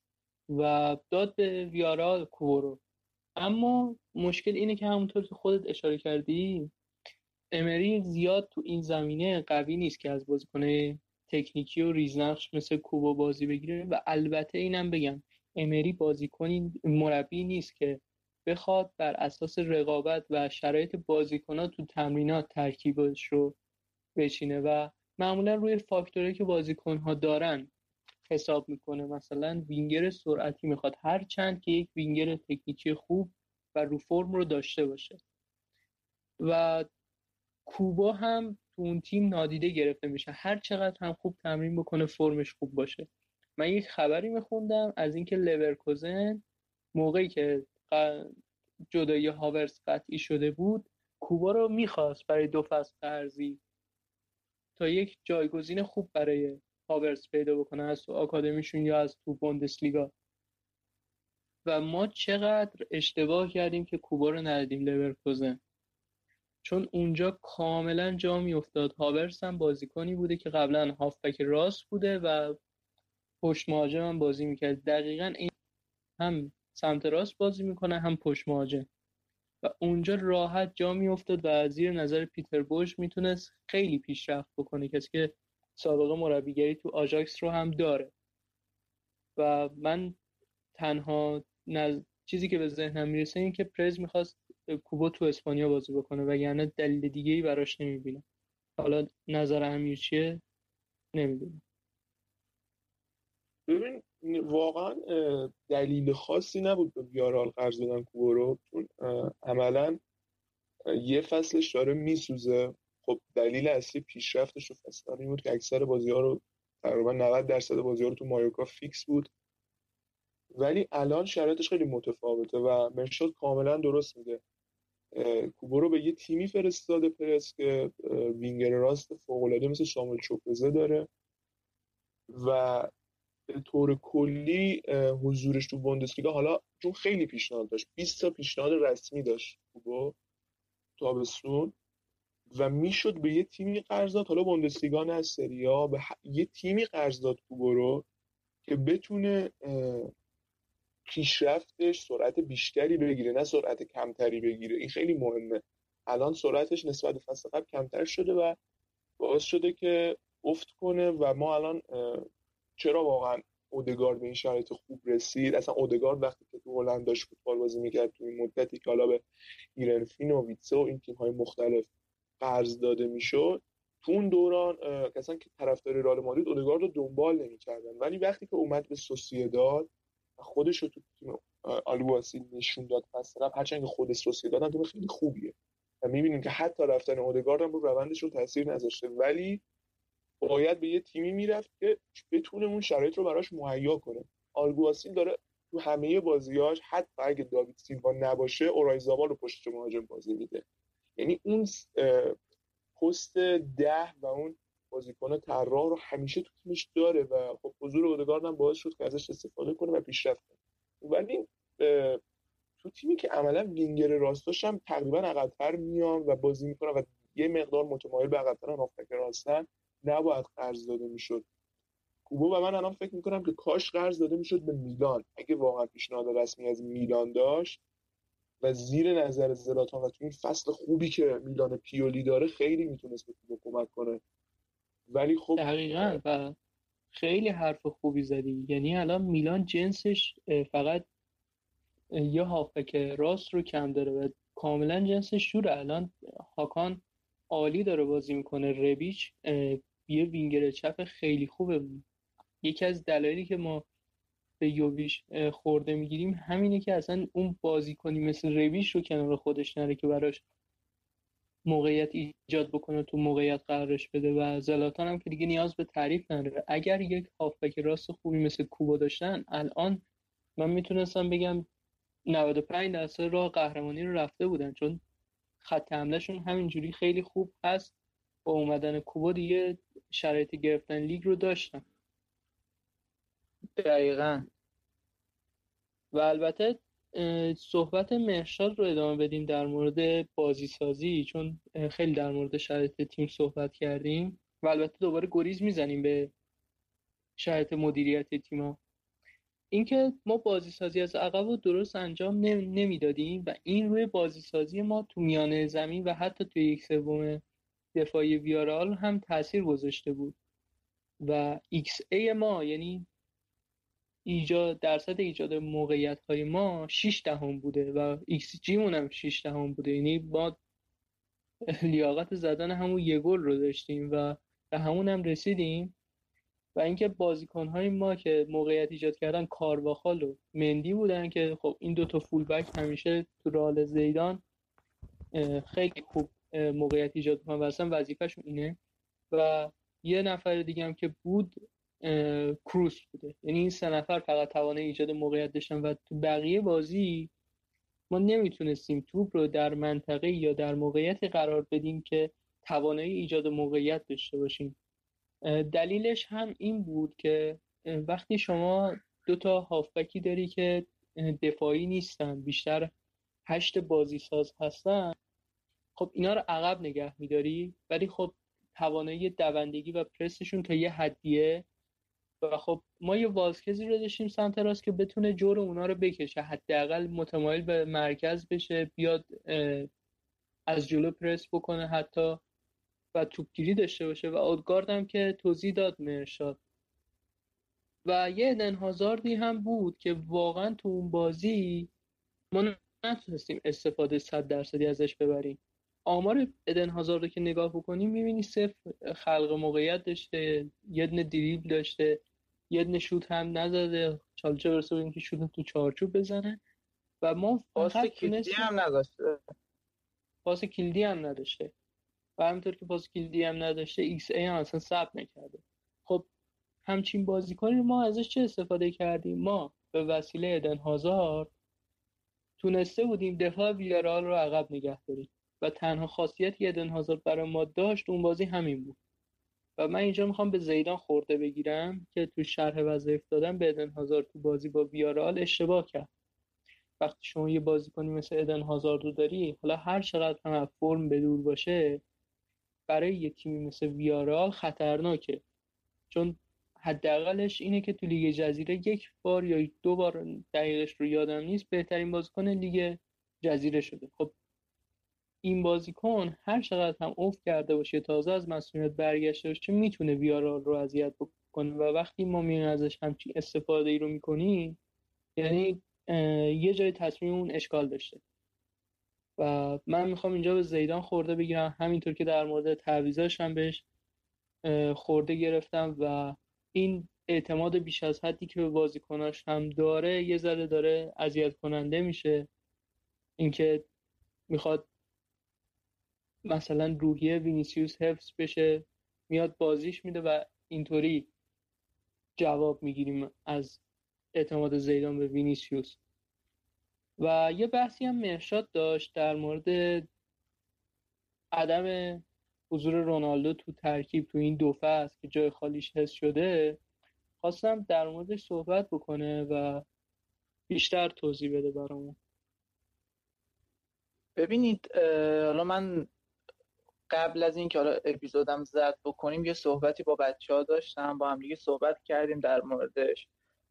و داد به ویارال کوبو رو. اما مشکل اینه که همونطور که خودت اشاره کردی امری زیاد تو این زمینه قوی نیست که از بازیکن تکنیکی و ریزنقش مثل کوبو بازی بگیره. و البته اینم بگم امری بازیکنی مربی نیست که بخواد بر اساس رقابت و شرایط بازیکن‌ها تو تمرینات ترکیبش رو بچینه و معمولا روی فاکتوری که بازیکن‌ها دارن حساب میکنه. مثلا وینگر سرعتی میخواد، هر چند که یک وینگر تکنیکی خوب و رو فرم رو داشته باشه. و کوبا هم تو اون تیم نادیده گرفته میشه هر چقدر هم خوب تمرین بکنه فرمش خوب باشه. من یک خبری میخوندم از اینکه لورکوزن موقعی که جدایی هاورس قطعی شده بود کوبا رو میخواست برای 2 فصل قرضی تا یک جایگزین خوب برای هاورس پیدا بکنه از تو آکادمیشون یا از تو بوندسلیگا. و ما چقدر اشتباه کردیم که کوبا رو ندادیم لورکوزن، چون اونجا کاملا جا میافتاد. هاورس هم بازیکنی بوده که قبلا هافبک راست بوده و پشت مهاجم هم بازی میکرد. دقیقاً این هم سمت راست بازی میکنه هم پشت مهاجم و اونجا راحت جا میافتاد و زیر نظر پیتر بوش میتونست خیلی پیشرفت بکنه، کسی که سابقه مربیگری تو آژاکس رو هم داره. و من تنها چیزی که به ذهنم میرسه این که پرز میخواست کوبو تو اسپانیا بازی بکنه وگرنه دلیل دیگه‌ای براش نمیبینم. حالا نظر امیر چیه نمیدونم.
ببین واقعا دلیل خاصی نبود به ویارال قرض بدن کوبو رو، چون عملا یه فصلش داره میسوزه. خب دلیل اصلی پیشرفتش و فصل این بود که اکثر بازی‌ها رو تقریبا 90% بازی‌ها رو تو مایورکا فیکس بود، ولی الان شرایطش خیلی متفاوته و مرشاد کاملا درست میگه. کوبو رو به یه تیمی فرستاده پرس که وینگر راست فوق‌العاده مثل ساموئل چوکوزه داره و به طور کلی حضورش تو بوندسلیگا، حالا چون خیلی پیشنهاد داشت، 20 تا پیشنهاد رسمی داشت کوبو تابستون و میشد به یه تیمی قرض داد، حالا بوندسلیگا نه سری آ، به یه تیمی قرض داد کوبو رو که بتونه پیشرفتش سرعت بیشتری بگیره نه سرعت کمتری بگیره. این خیلی مهمه. الان سرعتش نسبت به فصل قبل کمتر شده و باعث شده که افت کنه و ما الان چرا واقعا اودگارد به این شرایط خوب رسید. اصلا اودگارد وقتی که تو هلند داشت فوتبال بازی میکرد تو این مدتی که حالا به ایرنفین و ویتسه و این تیم‌های مختلف قرض داده میشد، تو اون دوران کسان که طرفدار رئال مادرید اودگارد رو دنبال نمی‌کردن، ولی وقتی که اومد به سوسییداد خودش رو تو تیم آلبواسیل نشون داد فصل قبل، هرچند که خود سوسییداد هم تیم خیلی خوبیه و می‌بینیم که حتی رفتن اودگارد هم رو روندشون تاثیر نذاشته، ولی باید به یه تیمی میرفت که بتونه اون شرایط رو براش مهیا کنه. آلگواسیل داره تو همه بازیاش حتی اگه داوید سیلوا نباشه اورایزابال رو پشت مهاجم بازی میده. یعنی اون پست 10 و اون بازیکن طراح رو همیشه تو تیمش داره و خب حضور اودگارد هم باعث شد که ازش استفاده کنه و پیشرفت کنه. ولی تو تیمی که عملا وینگر راستاش هم تقریبا عقب‌تر میان و بازی میکنن و یه مقدار متمایل به عقب‌ترن هافبک راستن، نباید قرض داده میشد کوبو. و من الان فکر میکنم که کاش قرض داده میشد به میلان، اگه واقعا پیشنهاد رسمی از میلان داشت و زیر نظر زلاتان و تو این فصل خوبی که میلان پیولی داره خیلی میتونست به کوبو کمک کنه. ولی خب
دقیقاً و خیلی حرف خوبی زدی. یعنی الان میلان جنسش فقط یه هافبک راست رو کم داره و کاملا جنسش جوره. الان هاکان عالی داره بازی میکنه، ربیچ یه وینگر چپ خیلی خوبه. یکی از دلایلی که ما به یوویچ خورده میگیریم همینه که اصلا اون بازیکنی مثل ربیچ رو کنار خودش نره که براش موقعیت ایجاد بکنه، تو موقعیت قرارش بده. و زلاتان هم که دیگه نیاز به تعریف نداره. اگر یک هافبک راست خوبی مثل کوبو داشتن، الان من میتونستم بگم 95% راه قهرمانی رو رفته بودن، چون خط حملهشون همینجوری خیلی خوب هست. با اومدن کوبو دیگه شرایط گرفتن لیگ رو داشتن.
دقیقاً.
و البته صحبت مهرشاد رو ادامه بدیم در مورد بازی سازی، چون خیلی در مورد شرایط تیم صحبت کردیم و البته دوباره گریز میزنیم به شرایط مدیریت تیم‌ها. اینکه ما بازی سازی از عقب رو درست انجام نمیدادیم و این روی بازی سازی ما تو میانه زمین و حتی تو یک سوم دفاعی ویارال هم تاثیر گذاشته بود. و XA ما، یعنی درصد ایجاد موقعیت های ما 6 بوده و XG مون هم 6 بوده. یعنی ما لیاقت زدن همون یه گل رو داشتیم و به همون هم رسیدیم. و اینکه بازیکن‌های ما که موقعیت ایجاد کردن کارواخال و مندی بودن که خب این دوتا فول بک همیشه تو رئال زیدان خیلی خوب موقعیت ایجاد می‌کنن و اصلا وظیفه‌شون اینه. و یه نفر دیگه هم که بود کروس بوده. یعنی این 3 نفر فقط توانایی ایجاد موقعیت داشتن و تو بقیه بازی ما نمیتونستیم توپ رو در منطقه یا در موقعیتی قرار بدیم که توانایی ایجاد موقعیت داشته باشیم. دلیلش هم این بود که وقتی شما 2 هافبکی داری که دفاعی نیستن، بیشتر 8 بازی ساز هستن، خب اینا رو عقب نگه میداری، ولی خب توانایی دوندگی و پرسشون تا یه حدیه. و خب ما یه واسکزی رو داشتیم سمت راست که بتونه جور اونا رو بکشه، حداقل متمایل به مرکز بشه، بیاد از جلو پرس بکنه حتی و توپگیری داشته باشه. و اودگارد هم که توضیح داد مرشاد. و یه ادن هازاردی هم بود که واقعا تو اون بازی ما نتونستیم استفاده 100% ازش ببریم. آمار ادن هازارد رو که نگاه بکنیم میبینی 0 خلق موقعیت داشته، یه دونه دریبل داشته، یه دونه شوت هم نزده، چالچه برسه بودیم که شوت تو چارچوب بزنه. و ما
پاس کلیدی هم نداشته.
پاس کلیدی هم نداشته و همینطور که پاس کلیدی هم نداشته XA هم اصلا ثبت نکرده. خب همچین بازیکنی ما ازش چه استفاده کردیم؟ ما به وسیله ادن هازارد تونسته بودیم دفاع ویارال رو عقب نگه داریم و تنها خاصیتی که ادن هازارد برای ما داشت اون بازی همین بود. و من اینجا میخوام به زیدان خورده بگیرم که تو شرح وظایف دادن به ادن هازارد تو بازی با ویارال اشتباه کرد. وقتی شما یه بازیکنی مثل ادن هازارد رو داری، حالا هر چقدر هم از فرم بدور باشه، برای یه تیمی مثل ویارال خطرناکه، چون حداقلش اینه که تو لیگ جزیره 1 بار یا 2 بار، دقیقش رو یادم نیست، بهترین بازیکن لیگ جزیره شده. خب این بازیکن هر چقدر هم افت کرده باشه، تازه از مسئولیت برگشته باشه، میتونه ویارال رو اذیت بکنه. و وقتی ما میایم ازش همچین استفاده ای رو میکنیم، یعنی یه جای تصمیم اون اشکال داشته. و من میخوام اینجا به زیدان خورده بگیرم، همینطور که در مورد تعویضاش هم بهش خورده گرفتم. و این اعتماد بیش از حدی که به بازیکناش هم داره یه ذره داره اذیت کننده میشه. اینکه میخواد مثلا روحیه وینیسیوس حفظ بشه، میاد بازیش میده و اینطوری جواب میگیریم از اعتماد زیدان به وینیسیوس. و یه بحثی هم مرشاد داشت در مورد عدم حضور رونالدو تو ترکیب تو این دو فصل که جای خالیش حس شده، خواستم در موردش صحبت بکنه و بیشتر توضیح بده برامون.
ببینید حالا من قبل از این که حالا اپیزودم ضبط بکنیم یه صحبتی با بچه‌ها داشتم، با هم دیگه صحبت کردیم در موردش.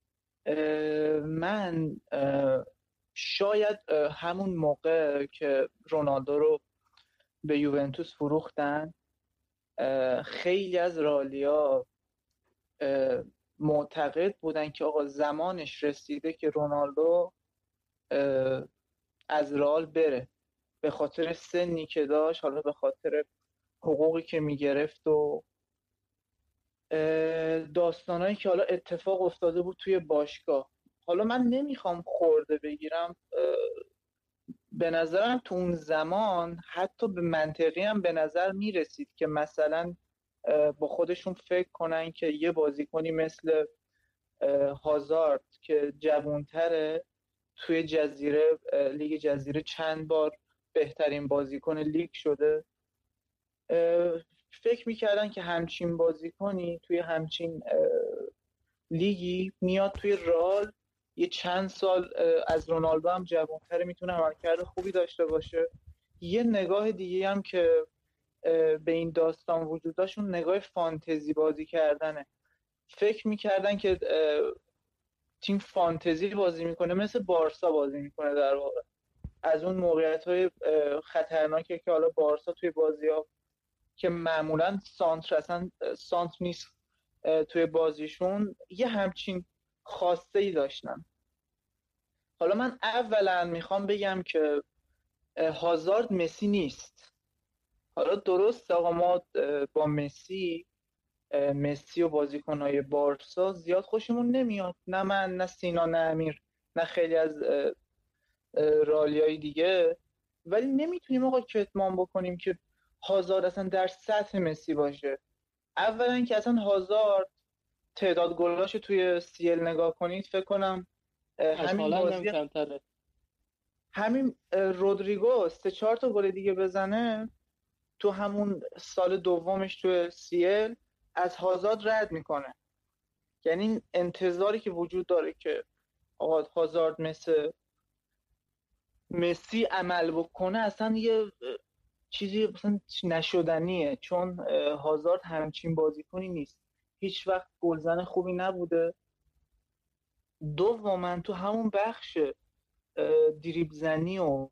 من شاید همون موقع که رونالدو رو به یوونتوس فروختن، خیلی از رئالیا معتقد بودن که آقا زمانش رسیده که رونالدو از رئال بره، به خاطر سنی که داشت، حالا به خاطر حقوقی که میگرفت و داستانایی که حالا اتفاق افتاده بود توی باشگاه. حالا من نمیخوام خورده بگیرم، به نظرم تو اون زمان حتی به منطقی هم به نظر میرسید که مثلا با خودشون فکر کنن که یه بازیکنی مثل هازارد که جوانتره توی لیگ جزیره چند بار بهترین بازیکن لیگ شده، فکر میکردن که همچین بازیکنی توی همچین لیگی میاد توی رئال یه چند سال از رونالدو هم جوان‌تر، میتونه عملکرد خوبی داشته باشه. یه نگاه دیگه هم که به این داستان وجود داشت اون نگاه فانتزی بازی کردنه. فکر میکردن که تیم فانتزی بازی میکنه، مثل بارسا بازی میکنه در واقع. از اون موقعیت‌های خطرناکی که حالا بارسا توی بازی‌ها که معمولاً سانتر نیست توی بازیشون، یه همچین خاصه‌ای داشتن. حالا من اولا میخوام بگم که هازارد مسی نیست. حالا درست آقا ما با مسی و بازیکن‌های بارسا زیاد خوشمون نمیاد، نه من، نه سینا، نه امیر، نه خیلی از رئالیای دیگه، ولی نمیتونیم آقا کتمان بکنیم که هازارد اصلا در سطح مسی باشه. اولا که اصلا هازارد تعداد گلاش توی CL نگاه کنید، فکر کنم همین رودریگو 3-4 تا گل دیگه بزنه تو همون سال دومش توی CL از هازارد رد میکنه. یعنی انتظاری که وجود داره که آقا هازارد مثل مسی عمل بکنه اصلا یه چیزی مثلا نشدنیه، چون هازارد همچین بازیکنی نیست، هیچ وقت گلزن خوبی نبوده. دوما تو همون بخش دریبل زنی و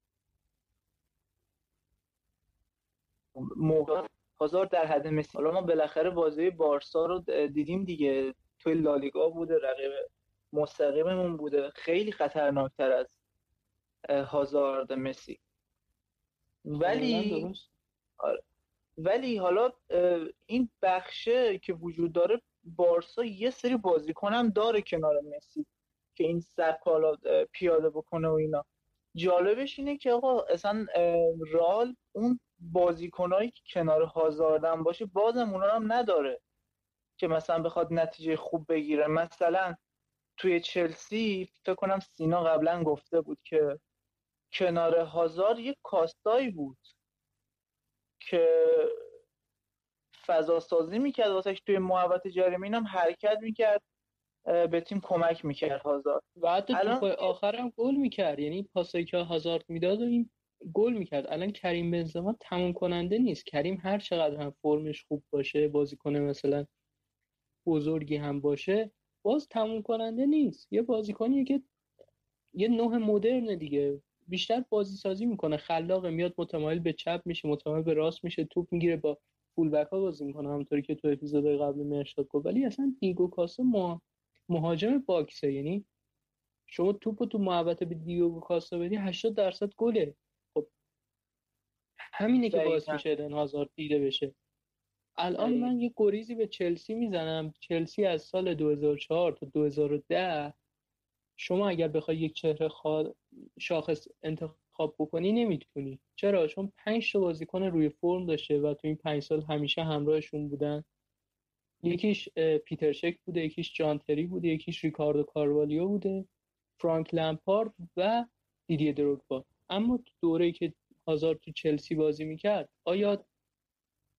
موقع هازارد در حد مسی. حالا ما بالاخره بازی بارسا رو دیدیم دیگه، توی لالیگا بوده، رقیب مستقیممون بوده، خیلی خطرناکتر از هازارد مسی. ولی حالا این بخشه که وجود داره، بارسا یه سری بازیکن هم داره کنار مسی که این سبک حالا پیاده بکنه و اینا. جالبش اینه که آقا اصلا رئال اون بازیکنایی که کنار هازاردن باشه بازم اونا هم نداره که مثلا بخواد نتیجه خوب بگیره. مثلا توی چلسی فکر کنم سینا قبلا گفته بود که کنار هازارد یک کاستایی بود که فضا سازی میکرد واسش توی محوطه جریمه، اینم حرکت میکرد، به تیم کمک میکرد هازارد
و حتی توی آخرم گل میکرد، یعنی پاسایی که هازارد میداد و این گل میکرد. الان کریم بنزما تموم کننده نیست. کریم هر چقدر هم فرمش خوب باشه، بازیکن مثلا بزرگی هم باشه، باز تموم کننده نیست. یه بازیکنیه که یه نوع مدرن دیگه، بیشتر بازی سازی میکنه، خلاقه، میاد متمایل به چپ میشه، متمایل به راست میشه، توپ میگیره، با فول بک ها بازی میکنه همونطوری که تو اپیزودهای قبل مرشاد گفت. ولی اصلا دیگو کاستا مهاجم باکسه، یعنی شما توپو تو محوطه به دیگو کاستا بدی 80% گله. خب همینه که باعث میشه ادن هازارد دیده بشه. الان من یه گریزی به چلسی میزنم. چلسی از سال 2004 تا 2010 شما اگر بخوای یک چهره شاخص انتخاب بکنی نمیتونی. چرا؟ چون 5 تا بازیکن روی فرم داشته و تو این 5 سال همیشه همراهشون بودن. یکیش پیتر شک بوده، یکیش جان تری بوده، یکیش ریکاردو کاروالیو بوده، فرانک لمپارد و دیدیه دروگبا. اما تو دوره‌ای که هازارد تو چلسی بازی میکرد، آیا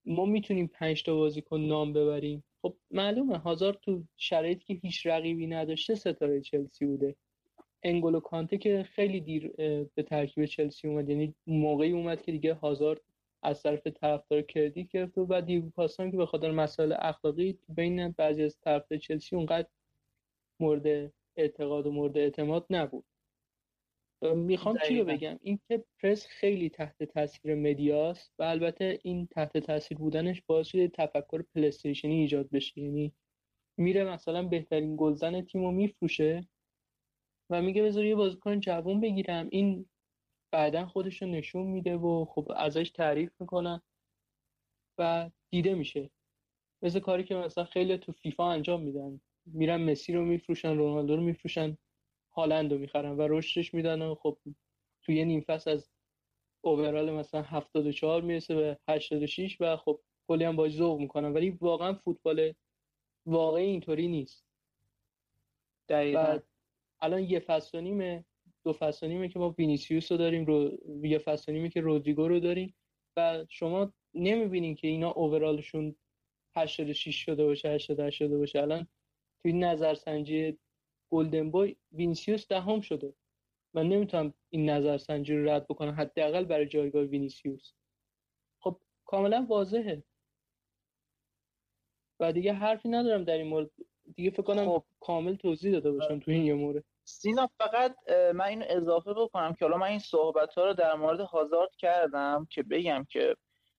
ما میتونیم 5 تا بازیکن نام ببریم. خب معلومه هازارد تو شرایطی که هیچ رقیبی نداشته ستاره چلسی بوده. انگولو کانته که خیلی دیر به ترکیب چلسی اومد، یعنی موقعی اومد که دیگه هازارد از طرف طرفدار کردیت گرفت و بعد دیگو کاستان که به خاطر مسائل اخلاقی بین بعضی از طرفدار چلسی اونقدر مورد اعتقاد و مورد اعتماد نبود. میخوام چی رو بگم، این که پرس خیلی تحت تاثیر مدیاست و البته این تحت تاثیر بودنش باعث شده تفکر پلی‌استیشنی ایجاد بشه. یعنی میره مثلا بهترین گلزن تیمو میفروشه و میگه بذار یه بازیکن جوان بگیرم، این بعدن خودش رو نشون میده و خب ازش تعریف میکنن و دیده میشه. مثل کاری که مثلا خیلی تو فیفا انجام میدن، میرن مسی رو میفروشن، رونالدو رو میفروشن، هالند رو میخرن و رشدش میدن و خب توی یه نیم فصل از اوورال مثلا 74 میرسه به 86 و خب کلی هم باش ذوق میکنن. ولی واقعا فوتبال واقعی اینطوری نیست.
دقیقاً.
الان یه فصل و نیمه، 2 فصل و نیمه که ما وینیسیوس رو داریم، یه فصل و نیمه که رودریگو رو داریم و شما نمیبینین که اینا اوورالشون 86 شده باشه، 88 شده باشه. الان توی نظرسنجی گلدن بوی وینیسیوس 10ام شده. من نمیتونم این نظرسنجی رو رد بکنم، حداقل برای جایگاه وینیسیوس. خب کاملا واضحه و دیگه حرفی ندارم در این مورد. دیگه فکر کنم
خب
کامل توضیح داده باشم تو این یه مورد.
سینا فقط من اینو اضافه بکنم که حالا من این صحبت‌ها رو در مورد هازارد کردم که بگم که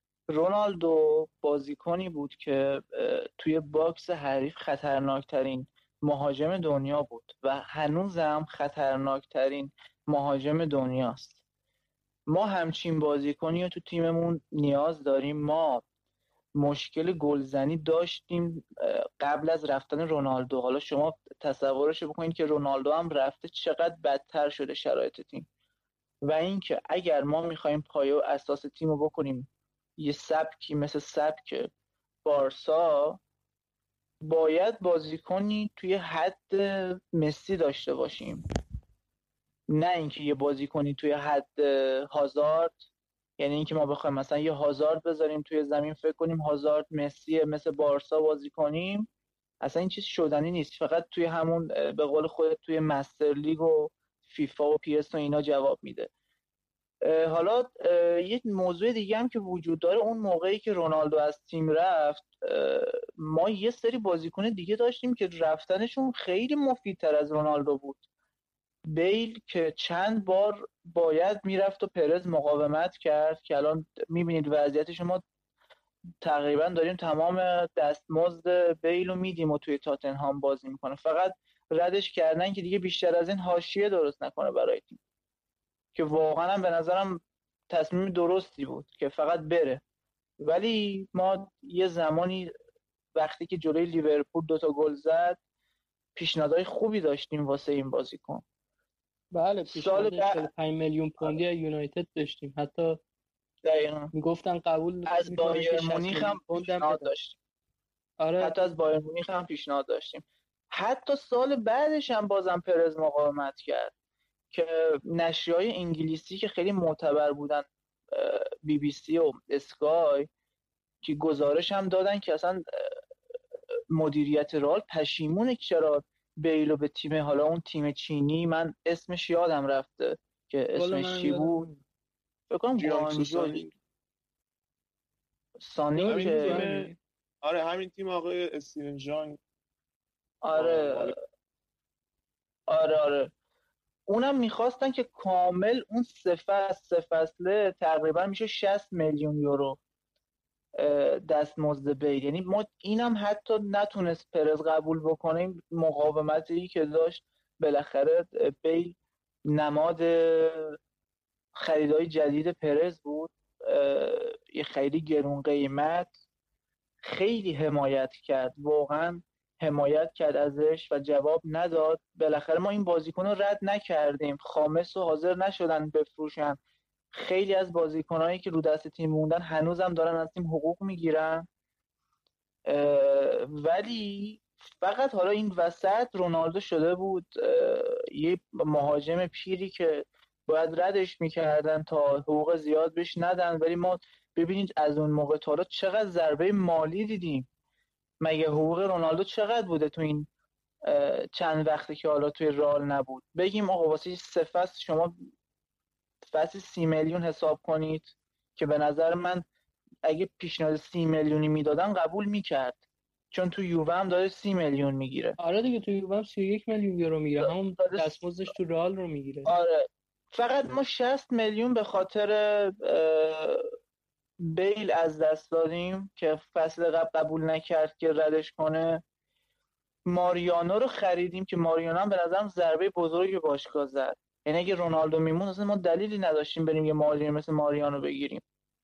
رونالدو بازیکنی بود که توی باکس حریف خطرناکترین مهاجم دنیا بود و هنوزم خطرناکترین مهاجم دنیاست. ما همچین بازیکنی رو تو تیممون نیاز داریم. ما مشکل گلزنی داشتیم قبل از رفتن رونالدو. حالا شما تصورش بکنید که رونالدو هم رفته چقدر بدتر شده شرایط تیم. و اینکه اگر ما میخوایم پایه و اساس تیم رو بکنیم یه سبکی مثل سبک بارسا، باید بازیکنی توی حد مسی داشته باشیم، نه اینکه یه بازیکنی توی حد هازارد. یعنی اینکه ما بخوایم مثلا یه هازارد بذاریم توی زمین فکر کنیم هازارد مسی مثل بارسا بازی کنیم، اصلا این چیز شدنی نیست. فقط توی همون به قول خودت توی مستر لیگ و فیفا و پی اس و اینا جواب میده. حالا یه موضوع دیگه هم که وجود داره، اون موقعی که رونالدو از تیم رفت ما یه سری بازیکن دیگه داشتیم که رفتنشون خیلی مفیدتر از رونالدو بود. بیل که چند بار باید میرفت و پرز مقاومت کرد که الان میبینید وضعیتش، ما تقریبا داریم تمام دستمزد بیل رو میدیم و توی تاتنهام بازی میکنه. فقط ردش کردن که دیگه بیشتر از این حاشیه درست نکنه برای تیم، که واقعا به نظرم تصمیم درستی بود که فقط بره. ولی ما یه زمانی وقتی که جلوی لیورپول 2 تا گل زد پیشنهادهای خوبی داشتیم واسه این بازیکن.
بله پیشنهاد 45 میلیون پوندی یونایتد داشتیم، حتی
دقیقاً
میگفتن قبول
از بایر مونیخ هم پیشنهاد داشتیم.
آره
حتی از بایر مونیخ هم پیشنهاد داشتیم. حتی سال بعدش هم بازم پرز مقاومت کرد که نشریه‌های انگلیسی که خیلی معتبر بودن، بی بی سی و اسکای، که گزارش هم دادن که اصلا مدیریت رئال پشیمونه که چرا بیلو به تیم، حالا اون تیم چینی، من اسمش یادم رفته که اسمش چی بود، فکر کنم گوانجو سانی که
آره همین تیم آقای استیون جان.
آره اونم میخواستن که کامل اون سه فصله تقریبا میشه 60 میلیون یورو دستمزد بیل. یعنی ما اینم حتی نتونست پرز قبول بکنه، مقاومتی که داشت. بالاخره بیل نماد خریدای جدید پرز بود، یه خیلی گرون قیمت، خیلی حمایت کرد، واقعا حمایت کرد ازش و جواب نداد. بالاخره ما این بازیکن رو رد نکردیم، خامس رو حاضر نشدن بفروشن. خیلی از بازیکنایی که رو دست تیم موندن هنوزم دارن از تیم حقوق میگیرن. ولی فقط حالا این وسط رونالدو شده بود یه مهاجم پیری که باید ردش میکردن تا حقوق زیاد بهش ندن. ولی ما ببینید از اون موقع تا حالا چقدر ضربه مالی دیدیم. مگه حقوق رونالدو چقدر بوده تو این چند وقتی که حالا توی رئال نبود؟ بگیم آقا واسه 3 فصل شما فصل 30 میلیون حساب کنید که به نظر من اگه پیشنهاد 30 میلیونی میدادن قبول میکرد، چون تو یووه هم داره 30 میلیون میگیره.
آره دیگه تو یووه هم 31 میلیون یورو میگیره، همون دستمزدش تو رئال رو میگیره.
آره فقط ما 60 میلیون به خاطر بیل از دست دادیم که فصل قبل قبول نکرد که ردش کنه. ماریانو رو خریدیم که ماریانو هم به نظرم ضربه بزرگی باشگاه زد. یعنی اگه رونالدو میمون اصلا ما دلیلی نداشتیم بریم یه مهاجم مثل ماریانو بگیریم.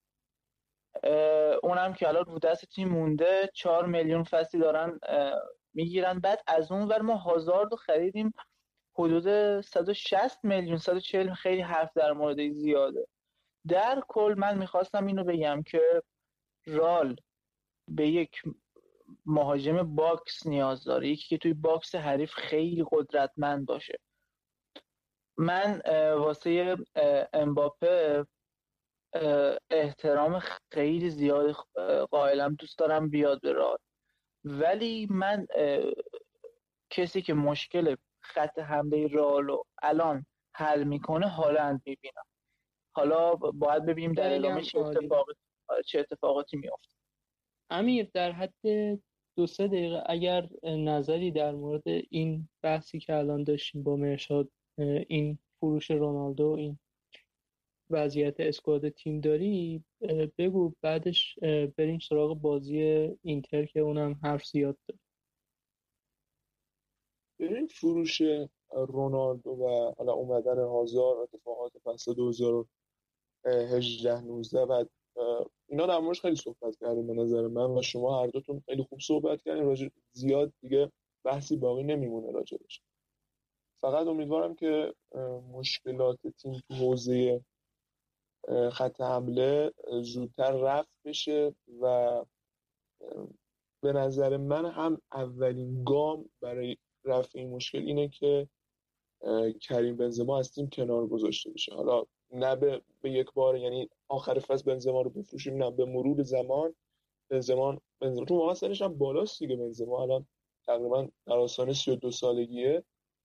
اونم که الان رو دست تیم مونده، 4 میلیون فصلی دارن میگیرن. بعد از اون ور ما هازارد رو خریدیم حدود 160 میلیون 140. خیلی حرف در مورد زیاده. در کل من میخواستم اینو بگم که رال به یک مهاجم باکس نیاز داره، یکی که توی باکس حریف خیلی قدرتمند باشه. من واسه امباپه احترام خیلی زیاد قائلم، دوست دارم بیاد به رئال، ولی من کسی که مشکل خط حمله رئال الان حل میکنه هالند میبینم. حالا باید ببینیم در ادامه چه اتفاقاتی میفته.
امیر در حد 2-3 دقیقه اگر نظری در مورد این بحثی که الان داشتیم با مرشاد، این فروش رونالدو، این وضعیت اسکواد تیم داری بگو، بعدش بریم سراغ بازی اینتر که اونم حرف زیاد داره.
ببین فروش رونالدو و حالا اومدن هازارد، اتفاقات فصل 2018-19 و اینا در موردش خیلی صحبت کردیم به نظر من و شما هر دوتون خیلی خوب صحبت کردین. راجع زیاد دیگه بحثی باقی نمیمونه راجعش. فقط امیدوارم که مشکلات تیم تو حوزه خط حمله زودتر رفع بشه و به نظر من هم اولین گام برای رفع این مشکل اینه که کریم بنزما از تیم کنار گذاشته بشه. حالا نه به یک بار، یعنی آخر فصل بنزما رو بفروشیم، نه به مرور زمان بنزما چون واقعا سنش هم بالاست دیگه. بنزما الان تقریبا در آستانه 32 سالگیه،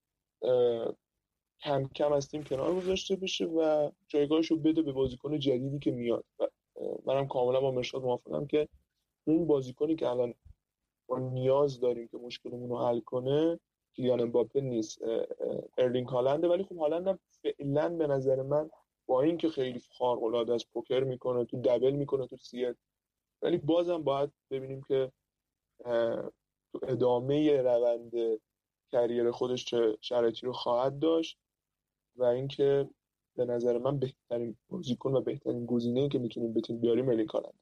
کم کم از تیم کنار گذاشته بشه و جایگاهش رو بده به بازیکن جدیدی که میاد. و منم کاملا با مرشاد موافقم که اون بازیکنی که الان ما نیاز داریم که مشکلمون رو حل کنه کیلیان امباپه نیست، ارلینگ هالنده. ولی خب هالند هم فعلا به نظر من با اینکه خیلی خارق العاده است، پوکر میکنه، تو دبل میکنه، تو سیل، ولی بازم باید ببینیم که تو ادامه روند کریر خودش چه شرایطی رو خواهد داشت و اینکه به نظر من بهترین بازیکن و بهترین گزینه‌ای که میتونیم به تیم بیاریم ارلینگ هالند.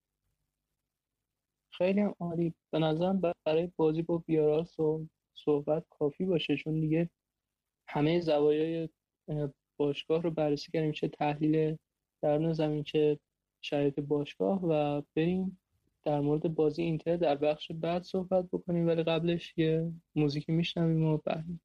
خیلی هم عالی. به نظرم برای بازی با بیاراس و صحبت کافی باشه، چون دیگه همه زوایای باشگاه رو بررسی کردیم، چه تحلیل درون زمین چه شرایط باشگاه، و بریم در مورد بازی اینتر در بخش بعد صحبت بکنیم. ولی قبلش یه موزیکی میشنویم و بعد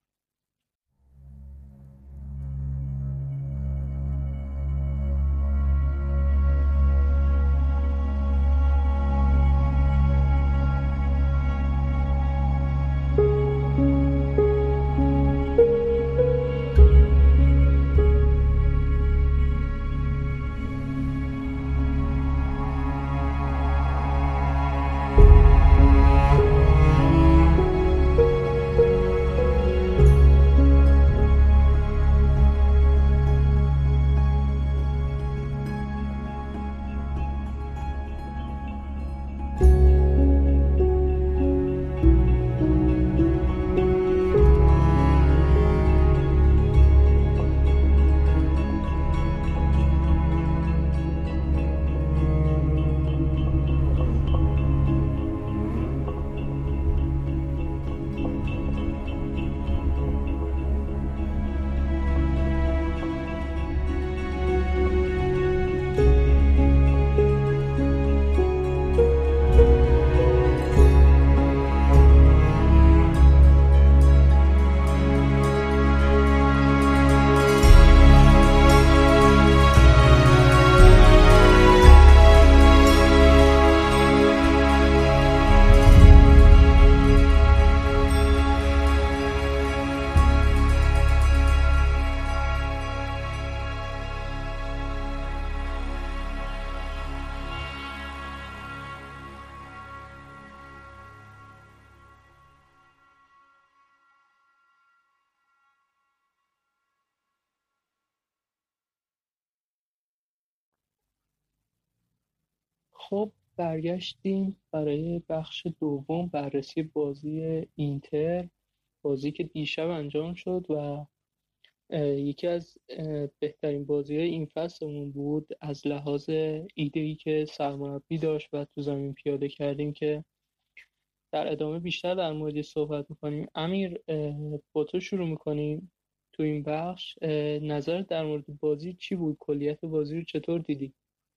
خب برگشتیم برای بخش دوم، بررسی بازی اینتر، بازی که دیشب انجام شد و یکی از بهترین بازی‌های این فصلمون بود از لحاظ ایده‌ای که سرمربی داشت و تو زمین پیاده کردیم که در ادامه بیشتر در مورد صحبت می‌کنیم. امیر، با تو شروع می‌کنیم تو این بخش. نظر در مورد بازی چی بود؟ کلیت بازی رو چطور دیدی؟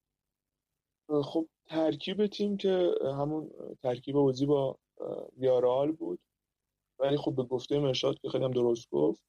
خب ترکیب تیم که همون ترکیب بازی با ویارال بود، ولی خب به گفته مرشاد که خیلی هم درست گفت،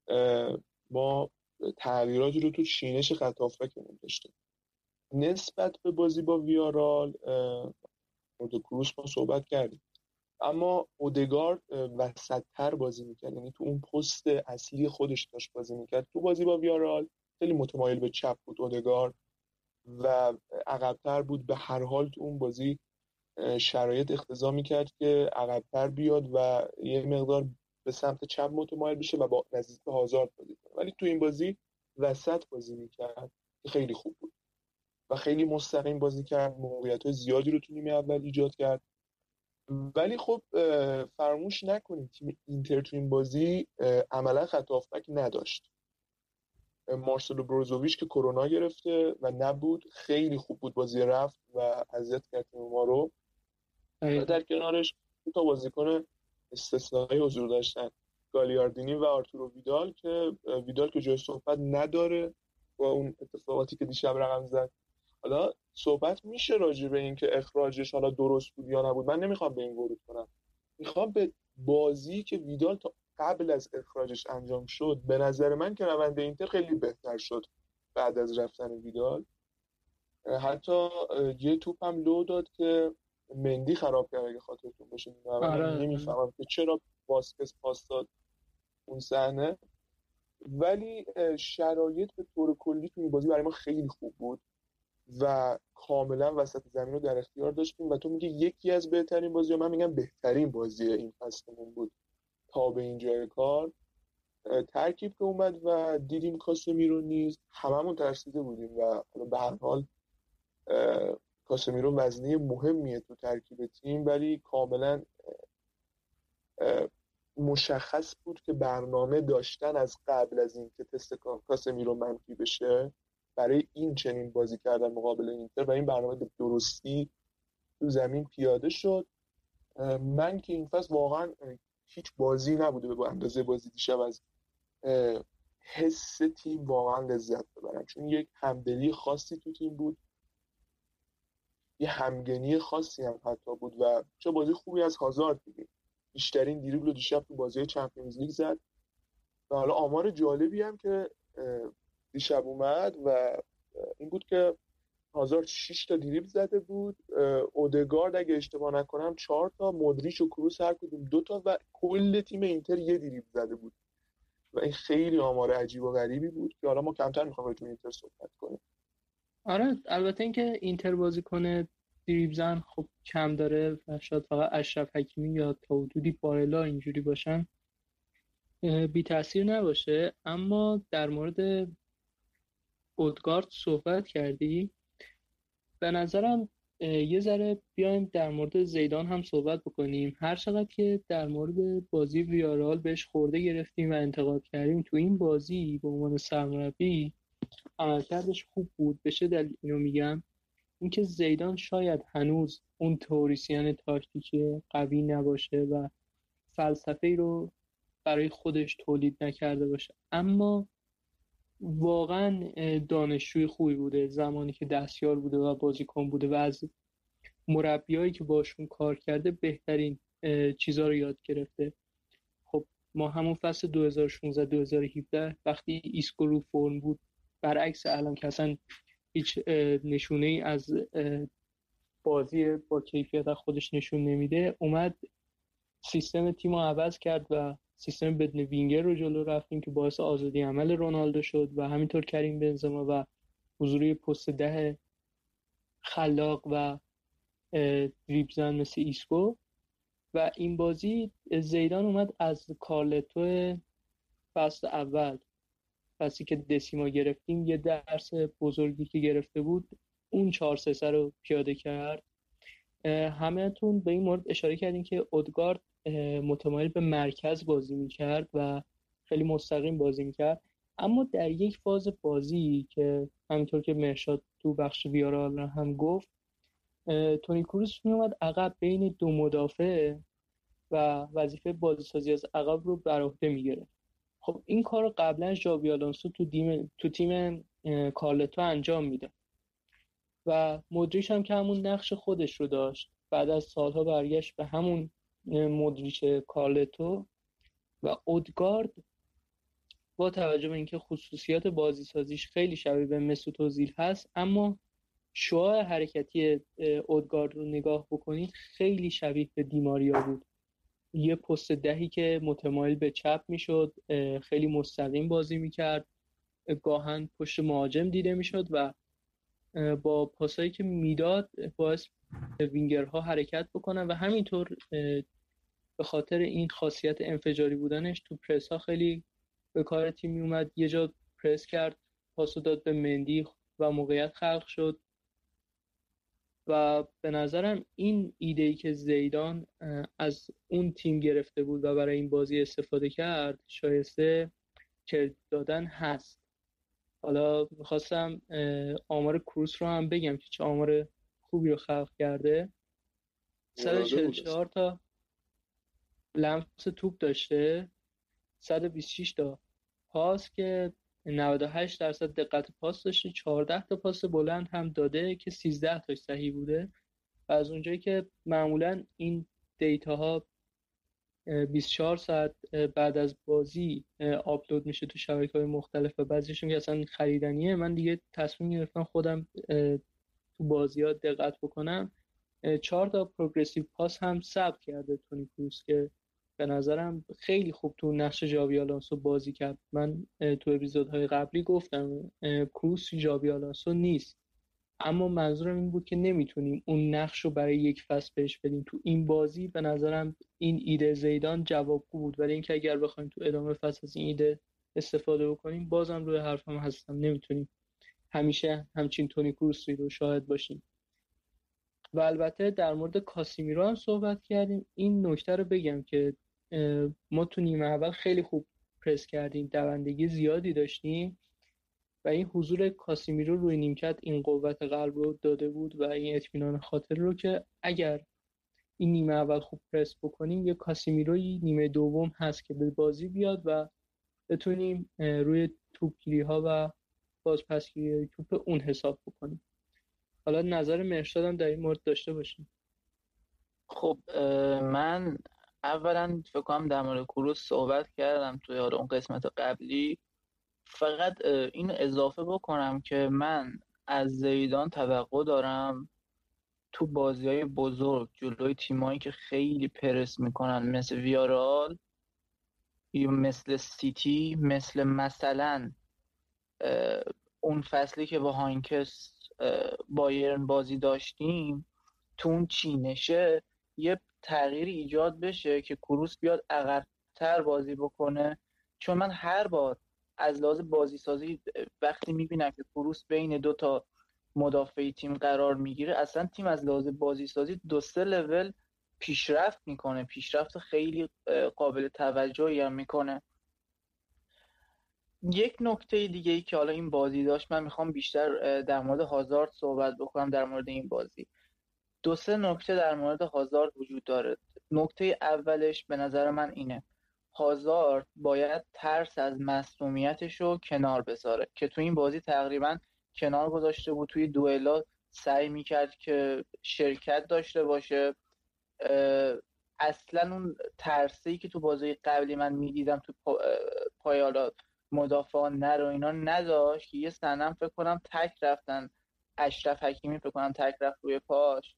ما تغییراتی رو تو چینش خط هافبکمون داشتیم نسبت به بازی با ویارال. مورد کروس ما صحبت کردیم، اما اودگارد وسط‌تر بازی میکرد، یعنی تو اون پست اصلی خودش داشت بازی میکرد. تو بازی با ویارال خیلی متمایل به چپ بود اودگارد و عقب‌تر بود. به هر حال تو اون بازی شرایط اقتضا میکرد که عقب‌تر بیاد و یه مقدار به سمت چپ متمایل بشه و با نزدیک به هازارد بازی کنه، ولی تو این بازی وسط بازی میکرد که خیلی خوب بود و خیلی مستقیم بازی کرد، موقعیت‌های زیادی رو تو نیمه اول ایجاد کرد. ولی خب فراموش نکنیم تیم اینتر تو این بازی عملا خط هافبک نداشت. مارسلو بروزوویچ که کرونا گرفته و نبود، خیلی خوب بود بازی رفت و اذیت کرد تیم ما رو. و در کنارش دو تا بازیکن استثنایی حضور داشتن، گالیاردینی و آرتورو ویدال که جای صحبت نداره با اون اتفاقاتی که دیشب رقم زد. حالا صحبت میشه راجع به این که اخراجش حالا درست بود یا نبود، من نمیخوام به این ورود کنم، میخوام به بازی که ویدال تا قبل از اخراجش انجام شد. به نظر من که روند اینتر خیلی بهتر شد بعد از رفتن ویدال. حتی یه توپ هم لو داد که مندی خراب کرد اگه خاطرتون باشه. نمیفهمم که چرا واسکس پاس داد اون صحنه، ولی شرایط به طور کلی تو این بازی برای ما خیلی خوب بود و کاملا وسط زمین رو در اختیار داشتیم و تو میگه یکی از بهترین بازی، من میگم بهترین بازی این فصلمون بود تا به اینجای کار. ترکیب که اومد و دیدیم کاسمیرو نیز، هممون ترسیده بودیم و به هر حال کاسمیرو وزنه مهمیه تو ترکیب تیم، ولی کاملا مشخص بود که برنامه داشتن از قبل از این که تست کاسمیرو منفی بشه برای این چنین بازی کردن مقابل اینتر و این برنامه به درستی تو زمین پیاده شد. من که این فصل واقعا هیچ بازی نبوده به اندازه بازی دیشب از حس تیم واقعا لذت ببرم، چون یک همدلی خاصی تو تیم بود، یه همگنی خاصی هم حتی بود و چه بازی خوبی از هازارد دیدیم. بیشترین دریبل رو دیشب تو بازی چمپیونز لیگ زد و حالا آمار جالبی هم که دیشب اومد و این بود که هازارد 6 تا دریبل زده بود، اودگارد اگه اشتباه نکنم 4 تا، مودریچ و کروس هر کدوم 2 تا و کل تیم اینتر یه دریبل زده بود و این خیلی آمار عجیب و غریبی بود که حالا ما کمتر می‌خوایم راجع به اینتر صحبت کنیم.
آره البته اینکه اینتر بازی کنه دریبل زن خب کم داره و شاید فقط اشرف حکیمی یا تا حدودی بارلا اینجوری باشن بی تاثیر نباشه. اما در مورد اودگارد صحبت کردی، به نظرم یه ذره بیایم در مورد زیدان هم صحبت بکنیم. هر چقدر که در مورد بازی ویارال بهش خورده گرفتیم و انتقاد کردیم، تو این بازی به عنوان سرمربی عملکردش خوب بود. بشه دلیل اینو میگم اینکه زیدان شاید هنوز اون تئوریسین تاکتیکی قوی نباشه و فلسفه‌ای رو برای خودش تولید نکرده باشه، اما واقعا دانشجوی خوبی بوده زمانی که دستیار بوده و بازیکن بوده و از مربیایی که باشون کار کرده بهترین چیزا رو یاد گرفته. خب ما همون فصل 2016-2017 وقتی ایسکو رو فرم بود، برعکس الان که اصلا هیچ نشونه ای از بازی با کیفیت از خودش نشون نمیده، اومد سیستم تیم رو عوض کرد و سیستم بدون وینگر رو جلو رفتیم که باعث آزادی عمل رونالدو شد و همینطور کریم بنزما و حضوری پست 10 خلاق و دریبل زن مثل ایسکو. و این بازی زیدان اومد از کارلتو فصل اول، فصلی که دسیما گرفتیم، یه درس بزرگی که گرفته بود اون 4-3-3 رو پیاده کرد. همه‌تون به این مورد اشاره کردین که اودگارد متمایل به مرکز بازی میکرد و خیلی مستقیم بازی میکرد، اما در یک فاز بازی که همینطور که مرشاد تو بخش ویارال هم گفت، تونی کروس میومد عقب بین دو مدافع و وظیفه بازیسازی از عقب رو بر عهده میگیره. خب این کار رو قبلا ژاوی آلونسو تو تیم کارلتو انجام میده و مودریچ هم که همون نقش خودش رو داشت، بعد از سالها برگشت به همون مودریچ کارلتو. و اودگارد با توجه به اینکه خصوصیات بازی سازیش خیلی شبیه به مسعود اوزیل هست، اما شعاع حرکتی اودگارد رو نگاه بکنید خیلی شبیه به دیماریا بود. یه پست دهی که متمایل به چپ میشد، خیلی مستقیم بازی میکرد، گاهن پشت مهاجم دیده میشد و با پاسایی که میداد باعث وینگرها حرکت بکنن و همینطور به خاطر این خاصیت انفجاری بودنش تو پرس ها خیلی به کار تیم می اومد. یه جا پرس کرد، پاسو داد به مندی و موقعیت خلق شد. و به نظرم این ایده‌ای که زیدان از اون تیم گرفته بود و برای این بازی استفاده کرد شایسته کردیت دادن هست. حالا میخواستم آمار کروس رو هم بگم که چه آمار خوبی رو خلق کرده. 144 تا لمس توپ داشته، 126 تا پاس که 98% دقت پاس داشته، 14 تا پاس بلند هم داده که 13 تاش صحیح بوده. و از اونجایی که معمولا این دیتاها 24 ساعت بعد از بازی آپلود میشه تو شبکه‌های مختلف و بعضیشون که اصلا خریدنیه، من دیگه تصمیم گرفتم خودم تو بازی‌ها دقت بکنم. 4 تا پروگرسیو پاس هم ثبت کرده تونی کروس که به نظرم خیلی خوب تو نقش ژاوی آلونسو بازی کرد. من تو اپیزودهای قبلی گفتم کروس ژاوی آلونسو نیست، اما منظورم این بود که نمیتونیم اون نقش رو برای یک فصل بهش بدیم. تو این بازی به نظرم این ایده زیدان جوابگو بود، ولی اینکه اگر بخوایم تو ادامه فصل از این ایده استفاده بکنیم، بازم روی حرفم هستم، نمیتونیم همیشه همچین تونی کروسی رو شاهد باشیم. و البته در مورد کاسیمیرو هم صحبت کردیم. این نکته رو بگم که ما تو نیمه اول خیلی خوب پرس کردیم، دوندگی زیادی داشتیم و این حضور کاسیمیرو روی نیمکت این قوت قلب رو داده بود و این اطمینان خاطر رو که اگر این نیمه اول خوب پرس بکنیم، یه کاسیمیروی نیمه دوم هست که به بازی بیاد و بتونیم روی توپگیری ها و بازپسگیری توپ اون حساب بکنیم. حالا نظر مرشادم در این مورد داشته باشیم.
خب من اولا فکر کنم در مورد کروس صحبت کردم توی اون قسمت قبلی. فقط این اضافه بکنم که من از زیدان توقع دارم تو بازی‌های بزرگ جلوی تیمایی که خیلی پرس میکنن مثل ویارال یا مثل سیتی، مثلا اون فصلی که با هاینکس بایرن بازی داشتیم، تو اون چینشه یه تغییری ایجاد بشه که کروس بیاد عقب‌تر بازی بکنه. چون من هر بار از لحاظ بازی سازی وقتی میبینم که کروس بین دو تا مدافعی تیم قرار میگیره، اصلا تیم از لحاظ بازی سازی 2-3 لول پیشرفت میکنه، پیشرفت خیلی قابل توجهی هم میکنه. یک نکته دیگه ای که حالا این بازی داشت، من میخوام بیشتر در مورد هازارد صحبت بکنم در مورد این بازی. 2-3 نکته در مورد هازارد وجود داره. نکته اولش به نظر من اینه، هازارد باید ترس از مصدومیتش رو کنار بذاره که تو این بازی تقریبا کنار گذاشته بود. توی دوئلا سعی میکرد که شرکت داشته باشه. اصلا اون ترسی که تو بازی قبلی من میدیدم تو پای حالا مدافعان نرو اینا نداشت. یه سنم فکر کنم تک رفتن، اشرف حکیمی فکر کنم تک رفت روی پاش.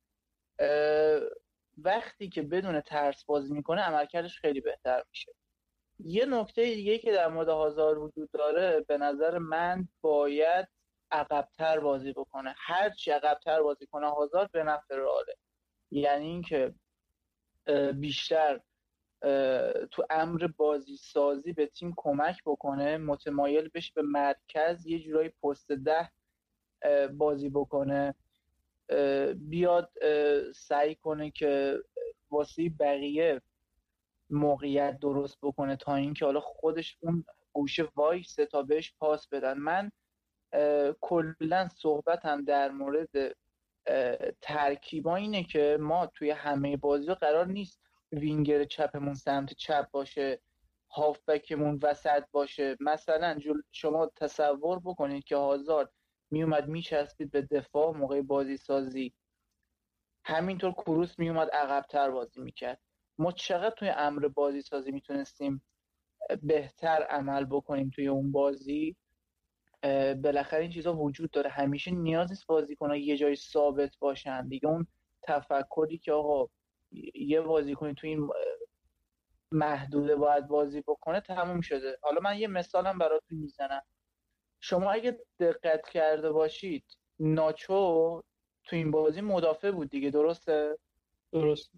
وقتی که بدون ترس بازی میکنه عملکردش خیلی بهتر میشه. یه نکته دیگه که در مورد هازارد وجود داره، به نظر من باید عقب‌تر بازی بکنه. هر چی عقب‌تر بازی کنه هازارد به نفع رئاله. یعنی اینکه بیشتر تو امر بازی سازی به تیم کمک بکنه، متمایل بشه به مرکز، یه جورایی پست 10 بازی بکنه، بیاد سعی کنه که واسه بقیه موقعیت درست بکنه تا اینکه حالا خودش اون گوشه وایسه تا بهش پاس بدن. من کلا صحبتم در مورد ترکیبا اینه که ما توی همه بازی‌ها قرار نیست وینگر چپمون سمت چپ باشه، هافبکمون وسط باشه. مثلا شما تصور بکنید که هازارد میومد میچسبید به دفاع موقع بازی سازی، همینطور کروس میومد عقب‌تر بازی میکرد. ما چقدر توی امر بازی سازی میتونستیم بهتر عمل بکنیم توی اون بازی. بالاخره این چیزا وجود داره، همیشه نیاز نیست بازیکن‌ها یه جای ثابت باشن دیگه. اون تفکری که آقا یه بازیکن توی این محدوده باید بازی بکنه تموم شده. حالا من یه مثالم براتون میزنم. شما اگه دقت کرده باشید ناچو تو این بازی مدافع بود دیگه، درسته؟
درست.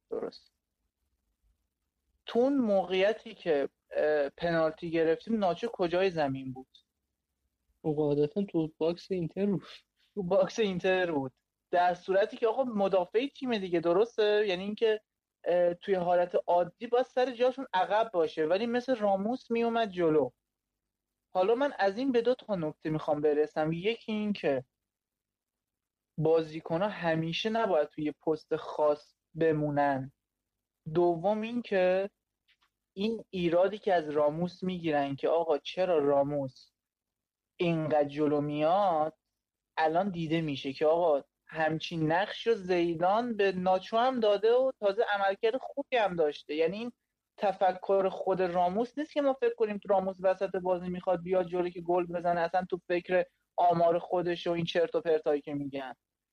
تو اون موقعیتی که پنالتی گرفتیم ناچو کجای زمین بود؟
قاعدتا تو باکس اینتر بود. در صورتی که آقا مدافع تیم دیگه، درسته؟ یعنی اینکه توی حالت عادی باید سر جاشون عقب باشه، ولی مثل راموس میومد جلو. حالا من از این به 2 نکته میخوام برسم. یکی این که بازیکن‌ها همیشه نباید توی پست خاص بمونن. دوم این که این ایرادی که از راموس میگیرن که آقا چرا راموس اینقدر جلو میاد، الان دیده میشه که آقا همچین نقش رو زیدان به ناچو هم داده و تازه عملکرد خوبی هم داشته. یعنی این تفکر خود راموس نیست که ما فکر کنیم تو راموس وسط بازی میخواد بیاد جلوی که گل بزنه، اصلا تو فکر آمار خودش و این چرت و پرتایی که میگن.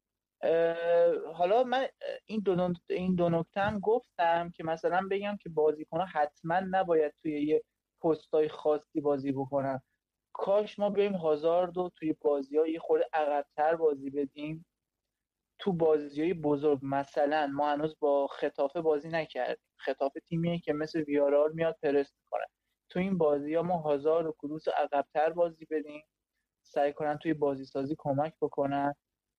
حالا من این دو نکته هم گفتم که مثلا بگم که بازیکن‌ها حتما نباید توی یه پستای خاصی بازی بکنن. کاش ما بریم هازارد رو توی بازی‌ها یه خورده عقب‌تر بازی بدیم. تو بازی‌های بزرگ مثلا ما هنوز با خطافه بازی نکردیم. خطافه تیمیه که مثل ویارال میاد پرس میکنه. تو این بازی‌ها ما هازارد و کروس رو عقب‌تر بازی بدیم، سعی کنن توی بازی سازی کمک بکنن.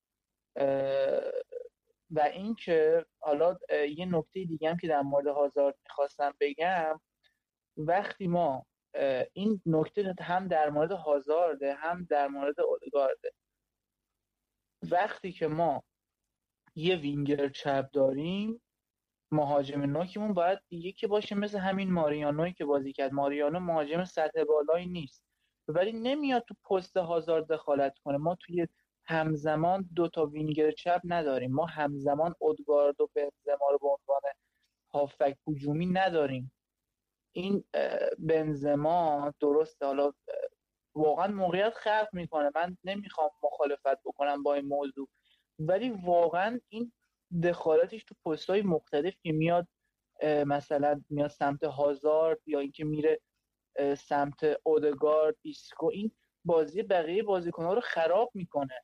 و این که حالا یه نکته دیگه هم که در مورد هازارد میخواستم بگم، وقتی ما این نکته هم در مورد هازارده هم در مورد اودگارده، وقتی که ما یه وینگر چپ داریم مهاجم نوکمون باید یکی باشه مثل همین ماریانوی که بازی کرد. ماریانو مهاجم سطح بالایی نیست ولی نمیاد تو پست هازارد دخالت کنه. ما توی همزمان 2 وینگر چپ نداریم. ما همزمان اودگارد و بنزما رو به عنوان هافک هجومی نداریم. این بنزما درسته حالا واقعا موقعیت خلق میکنه، من نمیخوام مخالفت بکنم با این موضوع، ولی واقعا این دخالتش تو پست‌های مختلف که میاد مثلا میاد سمت هازارد یا اینکه میره سمت اودگارد، ایسکو، این بازی بقیه بازیکن‌ها رو خراب میکنه.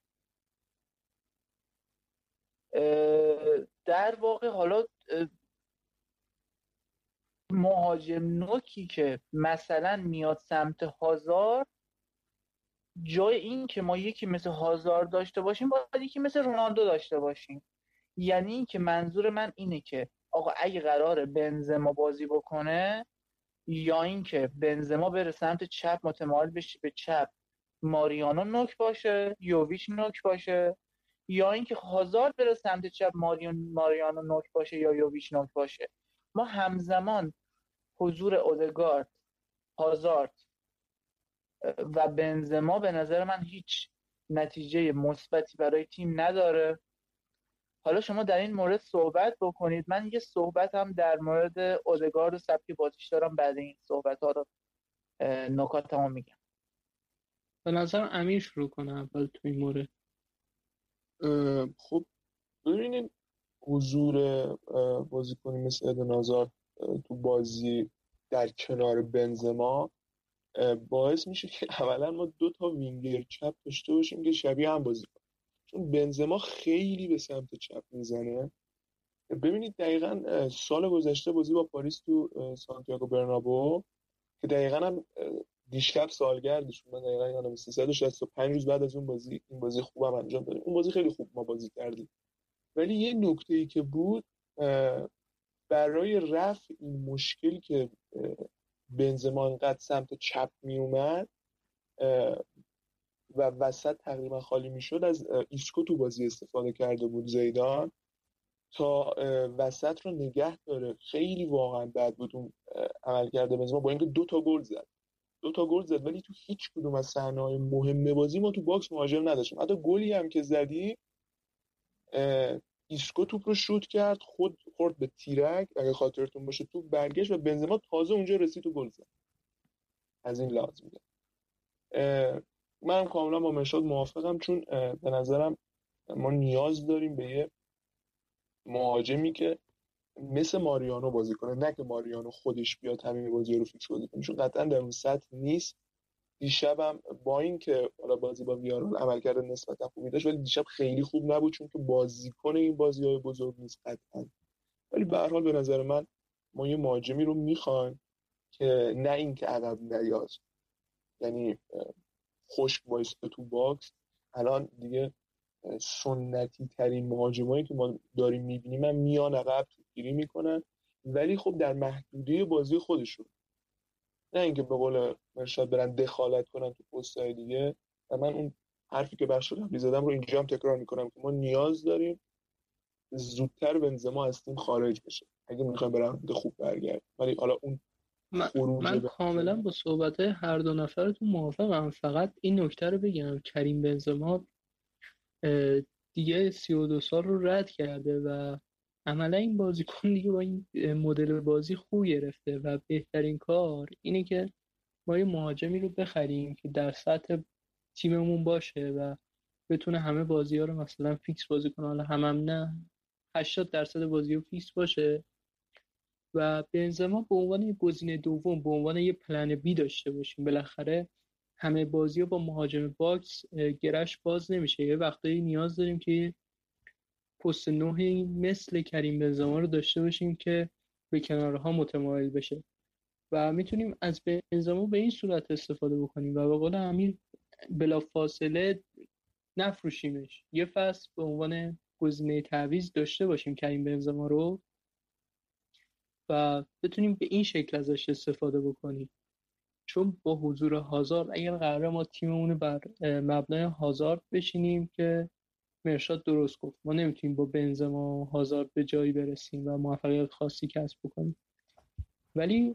در واقع حالا مهاجم نوکی که مثلا میاد سمت هازارد، جای این که ما یکی مثل هازارد داشته باشیم باید یکی مثل رونالدو داشته باشیم. یعنی این که منظور من اینه که آقا اگه قراره بنزما بازی بکنه یا این که بنزما بره سمت چپ متمایل بشه به چپ، ماریانو نوک باشه، یوویچ نوک باشه، یا اینکه هازارد بره سمت چپ ماریانو نوک باشه یا یوویچ نوک باشه. ما همزمان حضور اودگارد، هازارد و بنزما به نظر من هیچ نتیجه مثبتی برای تیم نداره. حالا شما در این مورد صحبت بکنید، من یه صحبت هم در مورد اودگارد و سبک بازیش دارم، بعد این صحبت ها رو نکاتمو میگم. به نظرم امیر شروع کنه اول تو این مورد.
خب ببینید حضور بازیکنی مثل ایدن هازارد تو بازی در کنار بنزما باعث میشه که اولا ما 2 وینگر چپ داشته باشیم که شبیه هم بازی کنن، چون بنزما خیلی به سمت چپ میزنه. ببینید دقیقاً سال گذشته بازی با پاریس تو سانتیاگو برنابو که دقیقاً هم دیشب سالگردشون، من دقیقاً یادم 365 روز بعد از اون بازی این بازی خوبم انجام دادیم. اون بازی خیلی خوب ما بازی کردیم، ولی یه نکته‌ای که بود برای رفع این مشکل که بنزما انقدر سمت چپ می اومد و وسط تقریبا خالی میشد، از ایسکو تو بازی استفاده کرده بود زیدان تا وسط رو نگه داره. خیلی واقعا بد بود اون عمل کرده بنزما، با اینکه 2 تا گل زد ولی تو هیچ کدوم از صحنه‌های مهم بازی ما تو باکس مهاجم نداشتیم. حتی گلی هم که زدی ایسکو توپ رو شوت کرد، خورد به تیرک، اگه خاطرتون باشه توپ برگشت و بنزما تازه اونجا رسید تو گل زد. از این لحاظ میگم من کاملا با مرشاد موافقم، چون به نظرم ما نیاز داریم به یه مهاجمی که مثل ماریانو بازی کنه، نه که ماریانو خودش بیاد همین بازی رو فیکس بازی کنه، چون قطعا در اون سطح نیست. دیشبم با اینکه حالا بازی با ویارال عملکرد نسبتا خوبی داشت، ولی دیشب خیلی خوب نبود، چون که بازیکن این بازی‌های بزرگ نیست قطعا. ولی به هر حال به نظر من ما یه مهاجمی رو میخوایم که نه اینکه عقب نیاد، یعنی خشک وایسته تو باکس. الان دیگه سنتی ترین مهاجمایی که ما داریم میبینیم هم میان عقب توپگیری میکنن، ولی خب در محدوده بازی خودشون، نه اینکه به قول مرشاد برن دخالت کنن تو پست‌های دیگه. و من اون حرفی که بخش قبلی زدم رو اینجا هم تکرار میکنم که ما نیاز داریم زودتر بنزما از تیم خارج بشه اگه میخوایم برن خوب برگرد. ولی حالا اون
من کاملا با صحبت هر دو نفرتون موافقم. فقط این نکته رو بگم، کریم بنزما دیگه 32 سال رو رد کرده و عملا این بازیکن دیگه با این مدل بازی خوب گرفته و بهترین کار اینه که ما یه مهاجمی رو بخریم که در سطح تیممون باشه و بتونه همه بازی‌ها رو مثلا فیکس بازی کنه. حالا هم نه 80% بازی رو فیکس باشه و بنزما به عنوان یه گزینه دوم، به عنوان یه پلن بی داشته باشیم. بالاخره همه بازی‌ها با مهاجم باکس گرش باز نمیشه، یه وقتایی نیاز داریم که پست 9 مثل کریم بنزما رو داشته باشیم که به کنارها متمایل بشه و میتونیم از بنزما به این صورت استفاده بکنیم و به قول امیر بلافاصله نفروشیمش، یه فصل به عنوان گزینه تعویض داشته باشیم کریم بنزما رو و بتونیم به این شکل ازش استفاده بکنیم. چون با حضور هازارد اگر قراره ما تیممون بر مبنای هازارد بشینیم که مرشاد درست گفت، ما نمیتونیم با بنزما و هازارد به جایی برسیم و موفقیت خاصی کسب بکنیم. ولی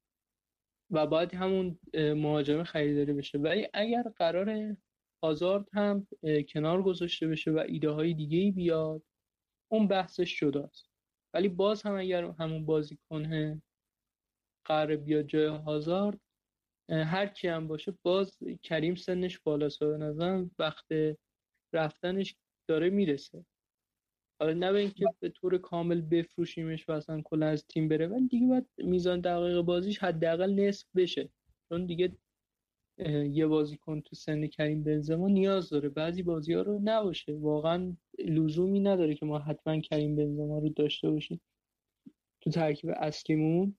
و باید همون مهاجم خریداری بشه. ولی اگر قراره هازارد هم کنار گذاشته بشه و ایده های دیگه‌ای بیاد، اون بحثش جداست. ولی باز هم اگر همون بازیکن قراره بیاد جای هازارد، هر کی هم باشه، باز کریم سنش بالاست و به نظرم وقت رفتنش داره میرسه. حالا نه به اینکه به طور کامل بفروشیمش و اصلا کلا از تیم بره، ولی دیگه باید میزان دقایق بازیش حداقل نصف بشه، چون دیگه یه بازیکن تو سن کریم بنزما نیاز داره بعضی بازی‌ها رو نباشه. واقعا لزومی نداره که ما حتما کریم بنزما رو داشته باشیم تو ترکیب اصلیمون.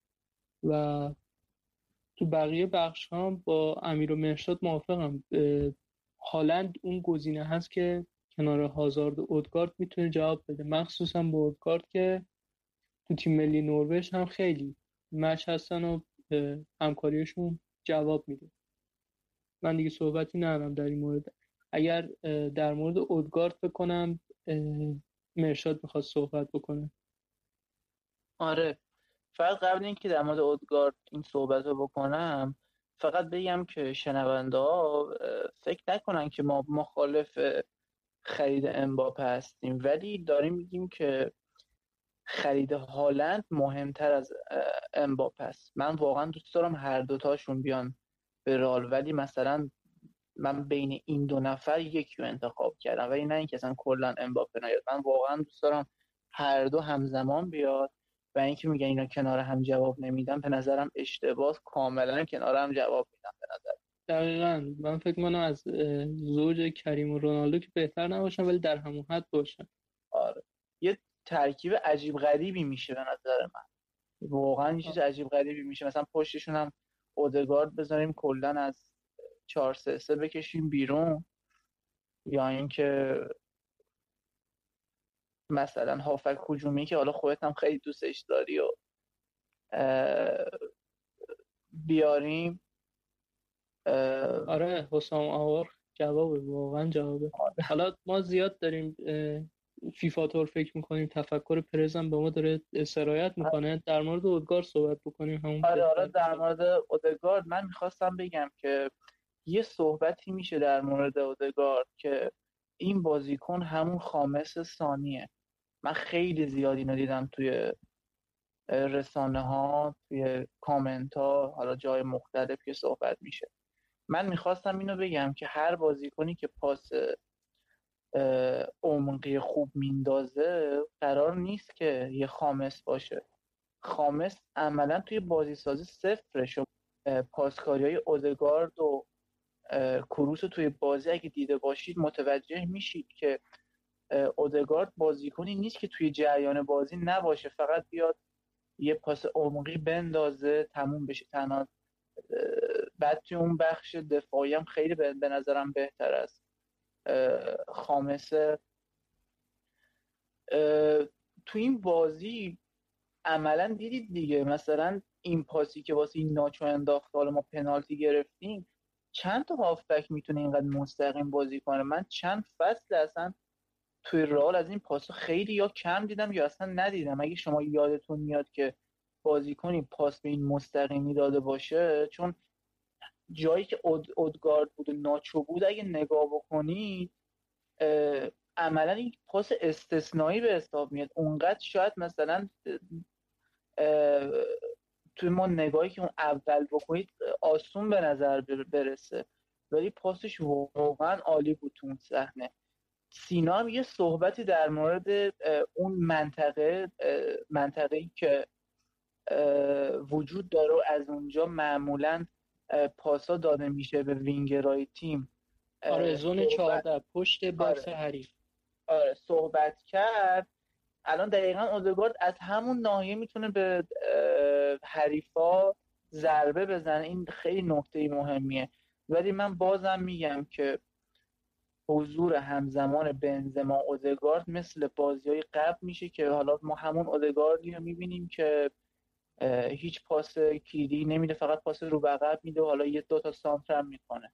و تو بقیه بخش هم با امیر و مرشاد موافقم. هالند اون گزینه هست که کنار هازارد و اودگارد میتونه جواب بده، مخصوصا با اودگارد که تو تیم ملی نروژ هم خیلی مچ هستن و همکاریشون جواب میده. من دیگه صحبتی ندارم در این مورد. اگر در مورد اودگارد بکنم مرشاد میخواد صحبت بکنه.
آره، فقط قبل اینکه در مورد اودگارد این صحبت رو بکنم، فقط بگم که شنونده ها فکر نکنن که ما مخالف خرید امباپه هستیم، ولی داریم میگیم که خرید هالند مهمتر از امباپه است. من واقعا دوست دارم هر دوتاشون بیان به رئال، ولی مثلا من بین این دو نفر یکی رو انتخاب کردم، ولی نه اینکه اصلا کلا امباپه نیاد. من واقعا دوست دارم هر دو همزمان بیاد و اینکه میگن اینا کنار هم جواب نمیدن، به نظرم اشتباه، کاملا کنار هم جواب میدن به نظر.
دقیقاً من فکر کنم از زوج کریم و رونالدو که بهتر نباشن ولی در همون حد باشن.
آره، یه ترکیب عجیب غریبی میشه به نظر من، واقعا یه چیز عجیب غریبی میشه. مثلا پشتشون هم اودگارد بذاریم کلا از 4-3-3 بکشیم بیرون، یا اینکه مثلا هافک هجومی که حالا خودت هم خیلی دوستش داری و بیاریم.
آره حسام آور جوابه، واقعا جوابه. حالا ما زیاد داریم فیفا طور فکر میکنیم، تفکر پرزم به ما داره سرایت میکنه. در مورد اودگارد صحبت بکنیم. همون
آره در مورد اودگارد من میخواستم بگم که یه صحبتی میشه در مورد اودگارد که این بازیکن همون خامس ثانیه. من خیلی زیاد اینو دیدم توی رسانه ها، توی کامنت ها، حالا جای مختلف که صحبت میشه. من میخواستم اینو بگم که هر بازیکنی که پاس عمقی خوب میندازه قرار نیست که یه خامس باشه. خامس عملا توی بازی سازی صفره. شما پاسکاری‌های اودگارد و کروس توی بازی اگه دیده باشید متوجه میشید که اودگارد بازیکنی نیست که توی جریان بازی نباشه، فقط بیاد یه پاس عمقی بندازه تموم بشه تنها. بعد توی اون بخش دفاعی هم خیلی به نظرم بهتر است خامسه. توی این بازی عملا دیدید دیگه، مثلا این پاسی که واسه این ناچو انداخت، حالا ما پنالتی گرفتیم، چند تا هافبک میتونه اینقدر مستقیم بازی کنه؟ من چند فصل اصلا توی رئال از این پاسو خیلی یا کم دیدم یا اصلا ندیدم. اگه شما یادتون میاد که بازیکنی پاس به این مستقیمی داده باشه، چون جایی که اودگارد بود و ناچو بود اگه نگاه بکنید عملا این پاس استثنایی به حساب میاد. اونقدر شاید مثلا توی ما نگاهی که اون اول بکنید آسون به نظر برسه، ولی پاسش واقعا عالی بود تو اون صحنه. سینا هم یه صحبتی در مورد اون منطقه‌ای که وجود داره و از اونجا معمولاً پاسا داده میشه به وینگرهای تیم.
آره زون 14 پشت باکس حریف.
آره صحبت کرد. الان دقیقاً اودگارد از همون ناحیه میتونه به حریفا ضربه بزنه. این خیلی نکته مهمیه. ولی من بازم میگم که حضور همزمان بنزما اودگارد مثل بازی‌های قبل میشه که حالا ما همون اودگاردی رو میبینیم که هیچ پاس کلیدی نمیده، فقط پاس رو به عقب میده و حالا 1-2 تا سانتر هم میکنه.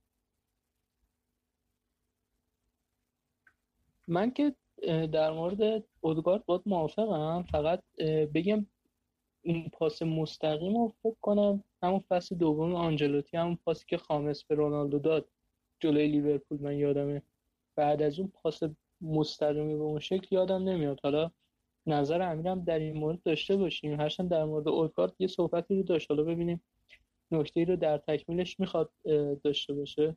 من که در مورد اودگارد باید موافقم. فقط بگم این پاس مستقیم رو فکر کنم همون فصل دوم آنجلوتی، همون پاسی که خامس به رونالدو داد جلوی لیورپول، من یادمه. بعد از اون پاس مستقیمی به اون شکل یادم نمیاد. حالا نظر امیرم در این مورد داشته باشیم. هرچند در مورد اودگارد یه صحبتی رو داشت، حالا ببینیم نکته‌ای رو در تکمیلش میخواد داشته باشه.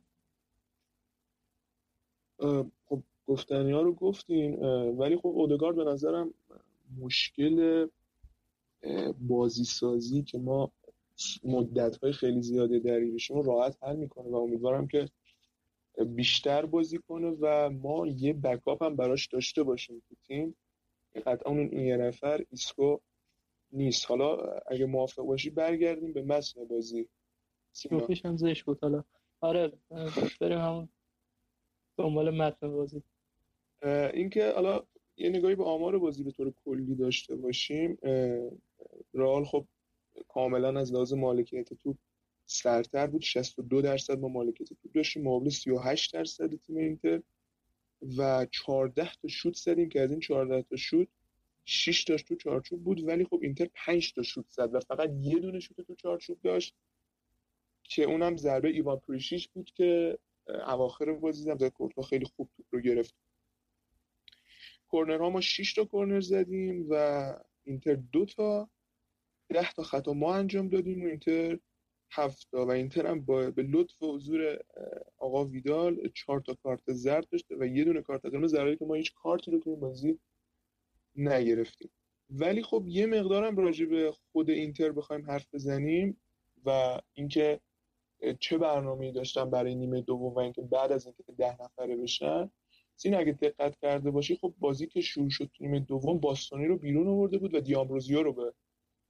خب گفتنی ها رو گفتین، ولی خب اودگارد به نظرم مشکل بازی سازی که ما مدت‌های خیلی زیاده دریمشیم رو راحت حل میکنه و امیدوارم که بیشتر بازی کنه و ما یه بکاپ هم براش داشته باشیم تو تیم. قطعا اون یه نفر ایسکو نیست. حالا اگه موافق باشی برگردیم به متن بازی.
شوخیش هم زشت بود. حالا آره بریم همون دنبال متن بازی.
اینکه حالا یه نگاهی به آمار بازی به طور کلی داشته باشیم، رئال خب کاملا از لحاظ مالکیت توپ سرتر بود. 62% ما مالکیت توپ داشتیم مقابل 38% تیم اینتر و 14 تا شوت زدیم که از این 14 تا شوت 6 تاش تو چارچوب بود، ولی خب اینتر 5 تا شوت زد و فقط یه دونه شوت تو چارچوب داشت که اونم ضربه ایوان پریشیچ بود که اواخر بازی زد. کورتوا خیلی خوب توپ رو گرفت. کورنرها ما 6 تا کورنر زدیم و اینتر 2 تا. 10 تا خطا ما انجام دادیم و اینتر 7 تا و اینتر هم به لطف و حضور آقا ویدال 4 تا کارت زرد داشته و یه دونه کارت قرمز، در حالی که ما هیچ کارتی رو توی بازی نگرفتیم. ولی خب یه مقدارم راجع به خود اینتر بخوایم حرف بزنیم و اینکه چه برنامه‌ای داشتن برای نیمه دوم و اینکه بعد از اینکه 10 نفره بشن. این اگه دقت کرده باشی خب بازی که شروع شد نیمه دوم باستونی رو بیرون آورده بود و دیامبروزیو رو به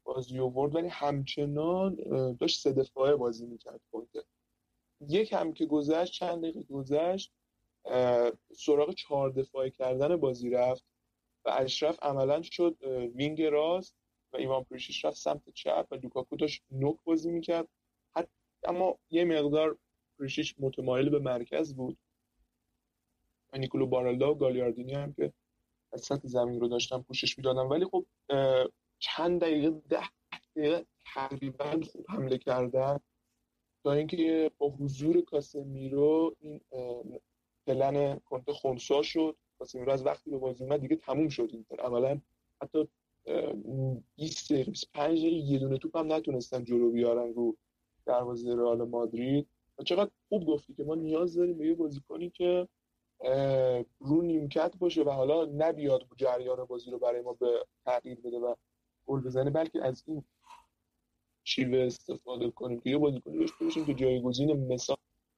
بازی آورد، ولی همچنان داشت 3 دفاعه بازی میکرد کنته. یک هم که گذشت، چند دقیقه گذشت، سراغ 4 دفاعه کردن بازی رفت و اشرف عملا شد وینگ راست و ایوان پریشیچ رفت سمت چپ و لوکاکو داشت نوک بازی میکرد. اما یه مقدار پریشیچ متمایل به مرکز بود و نیکولو بارالدا و گالیاردینی هم که وسط زمین رو داشتن پوشش میدادن، ولی خب چند دقیقه 10 دقیقه تقریبا خوب حمله کردن تا اینکه با حضور کاسمیرو این پلن کنته خنثی شد. کاسمیرو از وقتی به بازی اومد دیگه تموم شد اینتر. عملا حتی 20 دقیقه 25 دقیقه یه دونه توپ هم نتونستن جلو بیارن رو دروازه رئال مادرید. و چقدر خوب گفتی که ما نیاز داریم به یه بازیکنی که رو نیمکت باشه و حالا نبیاد جریان بازی رو برای ما به تغییر بده و گل بزنه، بلکه از این شیوه استفاده کنیم که یه بازیکنی داشته باشیم که جایگزین مثال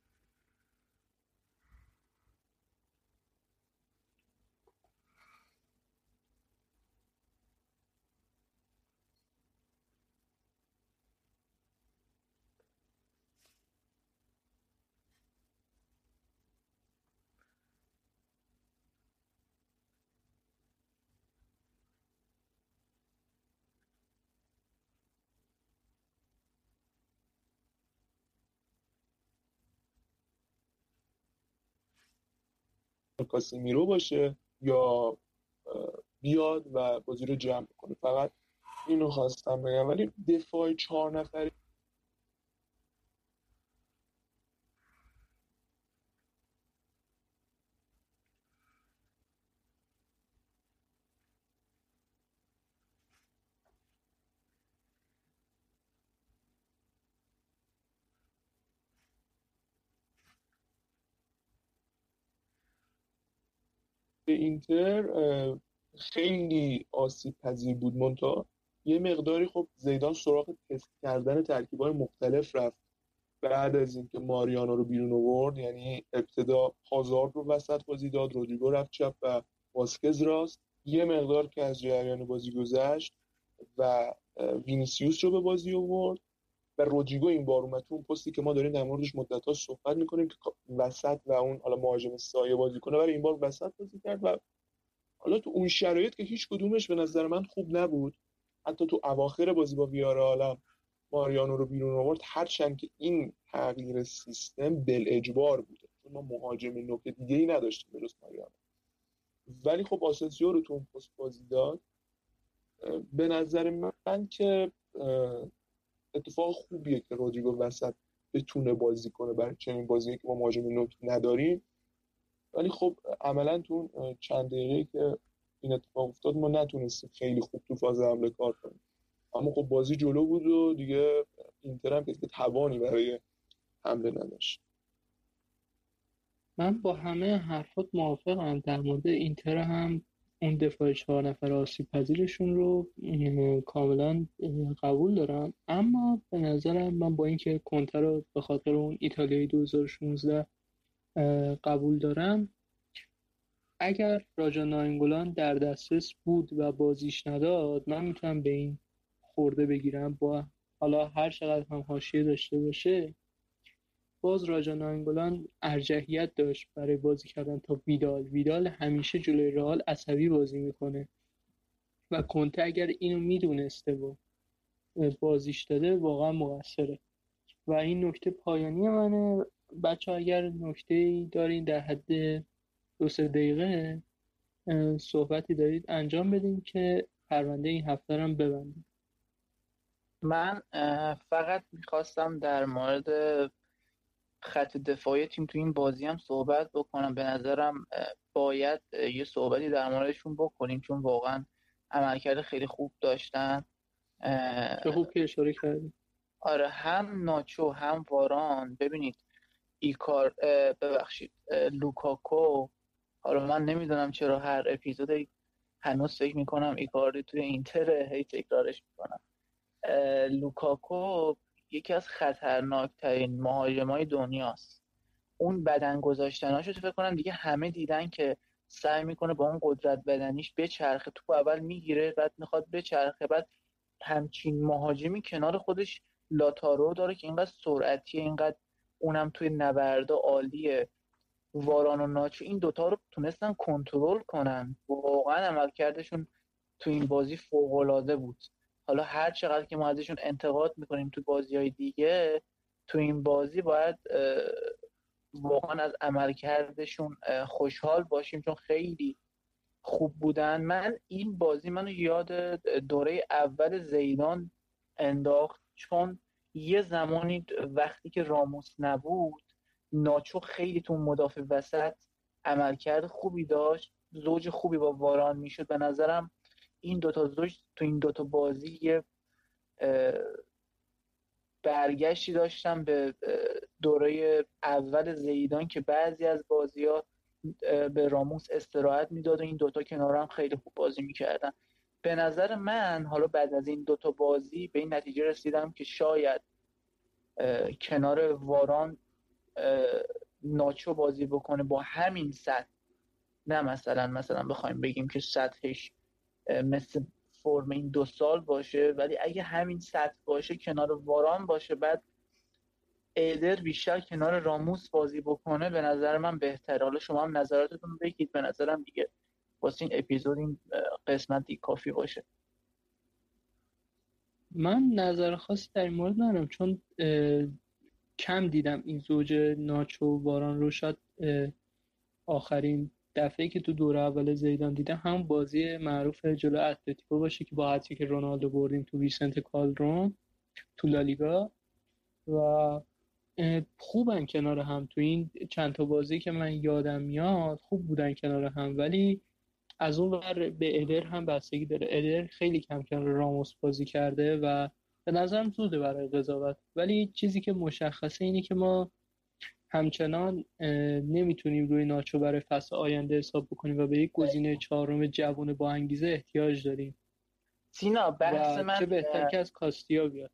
کاسمیرو باشه یا بیاد و بازی رو جمع کنه. فقط اینو خواستم بگم. ولی دفاع 4 نفری اینتر خیلی آسیب پذیر بود. منتها یه مقداری خب زیدان سراغ تست کردن ترکیب‌های مختلف رفت بعد از اینکه ماریانو رو بیرون آورد. یعنی ابتدا هازارد رو وسط بازی داد، رودریگو رفت چپ و واسکز راست. یه مقدار که از جریان بازی گذشت و وینیسیوس رو به بازی آورد و رودریگو این بار اومد تو اون پستی که ما داریم در موردش مدت‌ها صحبت می‌کنیم که وسط و اون حالا مهاجم سایه بازی کنه، ولی این بار وسط بازی کرد و حالا تو اون شرایط که هیچ کدومش به نظر من خوب نبود. حتی تو اواخر بازی با ویارال ماریانو رو بیرون آورد، هرچند که این تغییر سیستم بالاجبار بوده چون ما مهاجم نوک دیگه‌ای نداشتیم به جز ماریانو. ولی خب آسنسیو رو تو اون پست بازی داد. به نظر من که اتفاق خوبیه که رودریگو وسط بتونه بازی کنه برای چنین بازیه که ما مهاجم نوک نداریم. ولی خب عملا تو چند دقیقه که این اتفاق افتاد ما نتونستیم خیلی خوب تو فاز حمله کار کنیم. اما خب بازی جلو بود و دیگه اینتر هم که توانی برای حمله نداشت.
من با همه حرفات موافقم. در مورد اینتر هم اون دفاع 4 نفر آسیب پذیرشون رو کاملا قبول دارم. اما به نظرم من با اینکه کنته رو به خاطر اون ایتالیایی 2016 قبول دارم، اگر راجا ناینگولان در دسترس بود و بازیش نداد من میتونم به این خورده بگیرم با حالا هر چقدر هم حاشیه داشته باشه باز راجا ناینگولان ارجحیت داشت برای بازی کردن تا ویدال همیشه جلوی رئال عصبی بازی میکنه و کنته اگر اینو میدونسته و بازیش داده واقعا مقصره. و این نکته پایانی منه. بچه اگر نکته دارین در حد 2-3 دقیقه صحبتی دارید انجام بدین که پرونده این هفته رو هم ببندیم.
من فقط میخواستم در مورد خط دفاعی تیم تو این بازی هم صحبت بکنم. به نظرم باید یه صحبتی در موردشون بکنیم چون واقعا عملکرد خیلی خوب داشتن.
چه خوب که اشاره کردیم.
آره، هم ناچو هم واران. ببینید ایکار لوکاکو، حالا من نمیدونم چرا هر اپیزود هنوز فکر میکنم ایکاردی توی اینتر هی تکرارش میکنم. لوکاکو یکی از خطرناکترین مهاجمای دنیاست. اون بدن گذاشتناشو فکر کنم دیگه همه دیدن که سعی میکنه با اون قدرت بدنیش بچرخه، توپ اول میگیره بعد میخواد بچرخه، بعد همچین مهاجمی کنار خودش لاتارو داره که اینقدر سرعتیه، اینقدر اونم توی نبرده عالیه. واران و ناچو این دوتا رو تونستن کنترل کنن، واقعا عملکردشون تو این بازی فوق‌العاده بود. حالا هر چقدر که ما ازشون انتقاد میکنیم تو بازی‌های دیگه، تو این بازی باید واقعا از عملکردشون خوشحال باشیم چون خیلی خوب بودن. من این بازی منو یاد دوره اول زیدان انداخت، چون یه زمانی وقتی که راموس نبود ناچو خیلی تو مدافع وسط عملکرد خوبی داشت، زوج خوبی با واران میشد. به نظرم این دوتا زوج تو این دوتا بازی یه برگشتی داشتم به دوره اول زیدان که بعضی از بازی‌ها به راموس استراحت میداد و این دوتا کنار هم خیلی خوب بازی میکردن. به نظر من حالا بعد از این دوتا بازی به این نتیجه رسیدم که شاید کنار واران ناچو بازی بکنه با همین سطح، نه مثلا بخوایم بگیم که سطحش مثل فرم این 2 سال باشه، ولی اگه همین سطح باشه کنار واران باشه، بعد ایدر بیشتر کنار راموس بازی بکنه، به نظر من بهتره. حالا شما هم نظراتتون بگید. به نظرم دیگه واسه این اپیزود این قسمت دیگه کافی باشه.
من نظر خاصی در این مورد ندارم چون کم دیدم این زوج ناچو و واران رو. شاید آخرین دفعه که تو دوره اول زیدان دیدم همون بازی معروف جلو اتلتیکو باشه که با هتریک رونالدو بردیم تو ویسنت کالدرون تو لالیگا، و خوبن کنار هم. تو این چند تا بازی که من یادم میاد خوب بودن کنار هم، ولی از اون ور به ادر هم بستگی داره. ادر خیلی کم کنار راموس بازی کرده و به نظرم زوده برای قضاوت، ولی چیزی که مشخصه اینه که ما همچنان نمیتونیم روی ناچو برای فصل آینده حساب بکنیم و به یک گزینه چهارم جوان با انگیزه احتیاج داریم.
سینا بحث من
چه بهتر که از کاستیا بیاد.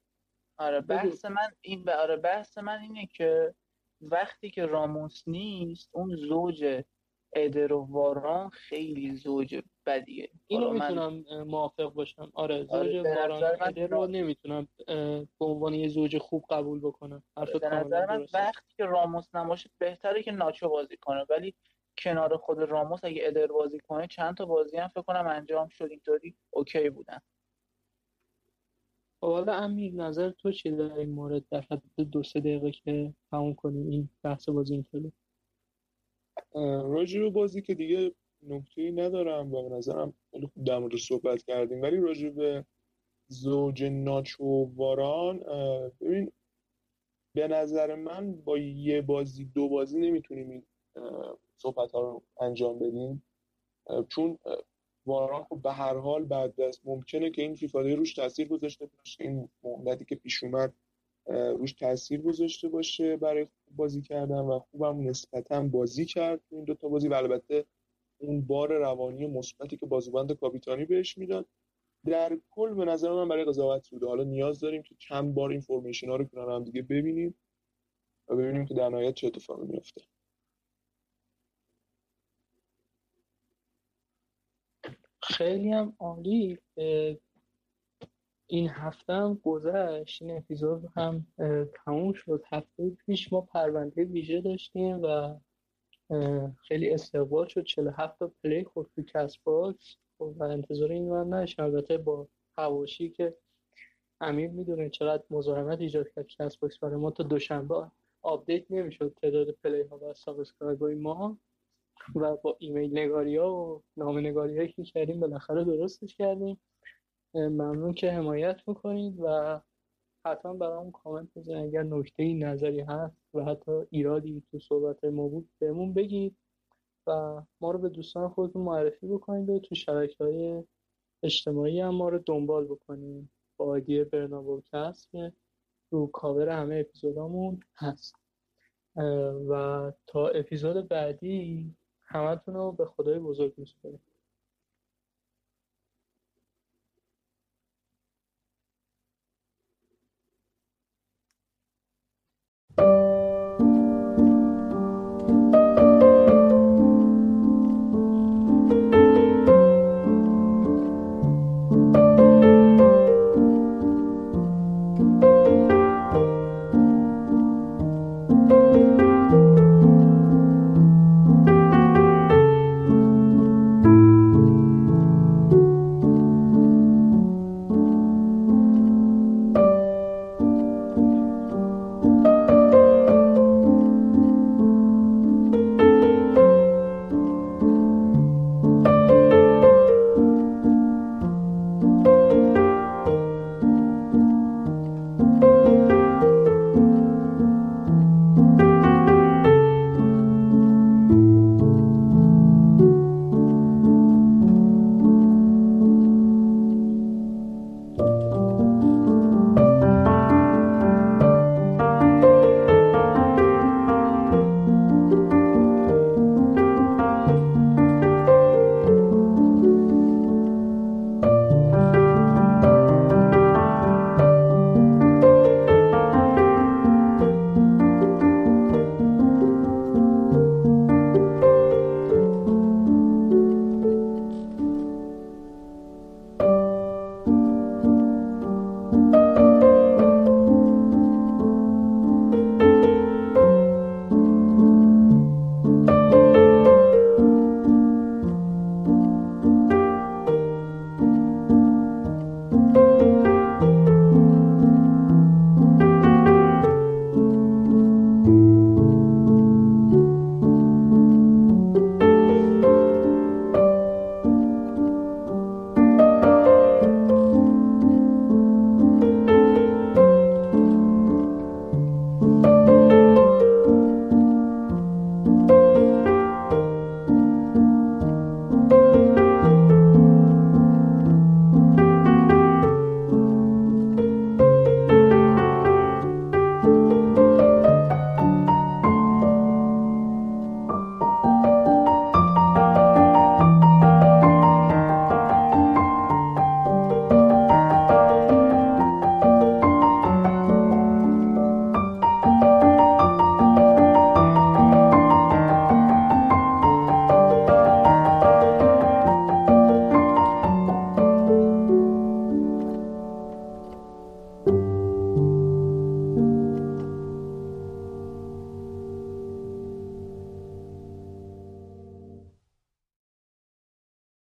بحث من اینه که وقتی که راموس نیست اون زوج ادر و واران خیلی زوج بدیه.
اینو میتونم موافق باشم. زوج واران ادر رو نمیتونم به عنوان یه زوج خوب قبول بکنم.
به نظر من وقتی که راموس نباشه بهتره که ناچو بازی کنه، ولی کنار خود راموس اگه ادر بازی کنه چند تا بازی هم فکر کنم انجام شد اینطوری اوکی بودن.
حالا امیر نظر تو چیه در این مورد در حد 2-3 دقیقه که تموم کنیم این بحث بازی اینطوری؟
راجع به بازی که دیگه نکته‌ای ندارم و به نظرم خیلی خوب در موردش صحبت کردیم، ولی راجع به زوج ناچو و واران ببین به نظر من با یه بازی 2 بازی نمیتونیم این صحبت ها رو انجام بدیم، چون واران خب به هر حال بعد از ممکنه که این فیفا روش تاثیر گذاشته باشه، این مدتی که پیش اومد روش تاثیر گذاشته باشه برای بازی کردن و خوبم نسبتاً بازی کرد این 2 تا بازی و البته اون بار روانی مثبتی که بازوبند کاپیتانی بهش میداد. در کل به نظر من برای قضاوت بوده. حالا نیاز داریم که چند بار این فرمیشن ها رو کنار هم دیگه ببینیم و ببینیم که در نهایت چه اتفاقی میفته.
خیلی هم عالی. این هفته هم گذشت، این اپیزود هم تموم شد. هفته پیش ما پرونده ویژه داشتیم و خیلی استقبال شد. 47 تا پلی خورد تو کست باکس و انتظار این من نداشتم. البته با حواشی که امیر میدونه چقدر مزاحمت ایجاد کرد کست باکس برای ما، تا دوشنبه آپدیت نمیشد تعداد پلی ها و سابسکرایب های ما، و با ایمیل نگاری ها و نامه نگاری هایی که کردیم بالاخره درستش کردیم. ممنون که حمایت میکنید و حتما برام کامنت بزنید اگر نکته‌ای نظری هست و حتی ایرادی تو صحبت ما بود بهمون بگید و ما رو به دوستان خودتون معرفی بکنید و تو شبکه‌های اجتماعی هم ما رو دنبال بکنید با آیدی برنابوکست که رو کاور همه اپیزودامون هست. و تا اپیزود بعدی همتون رو به خدای بزرگ میسپارم.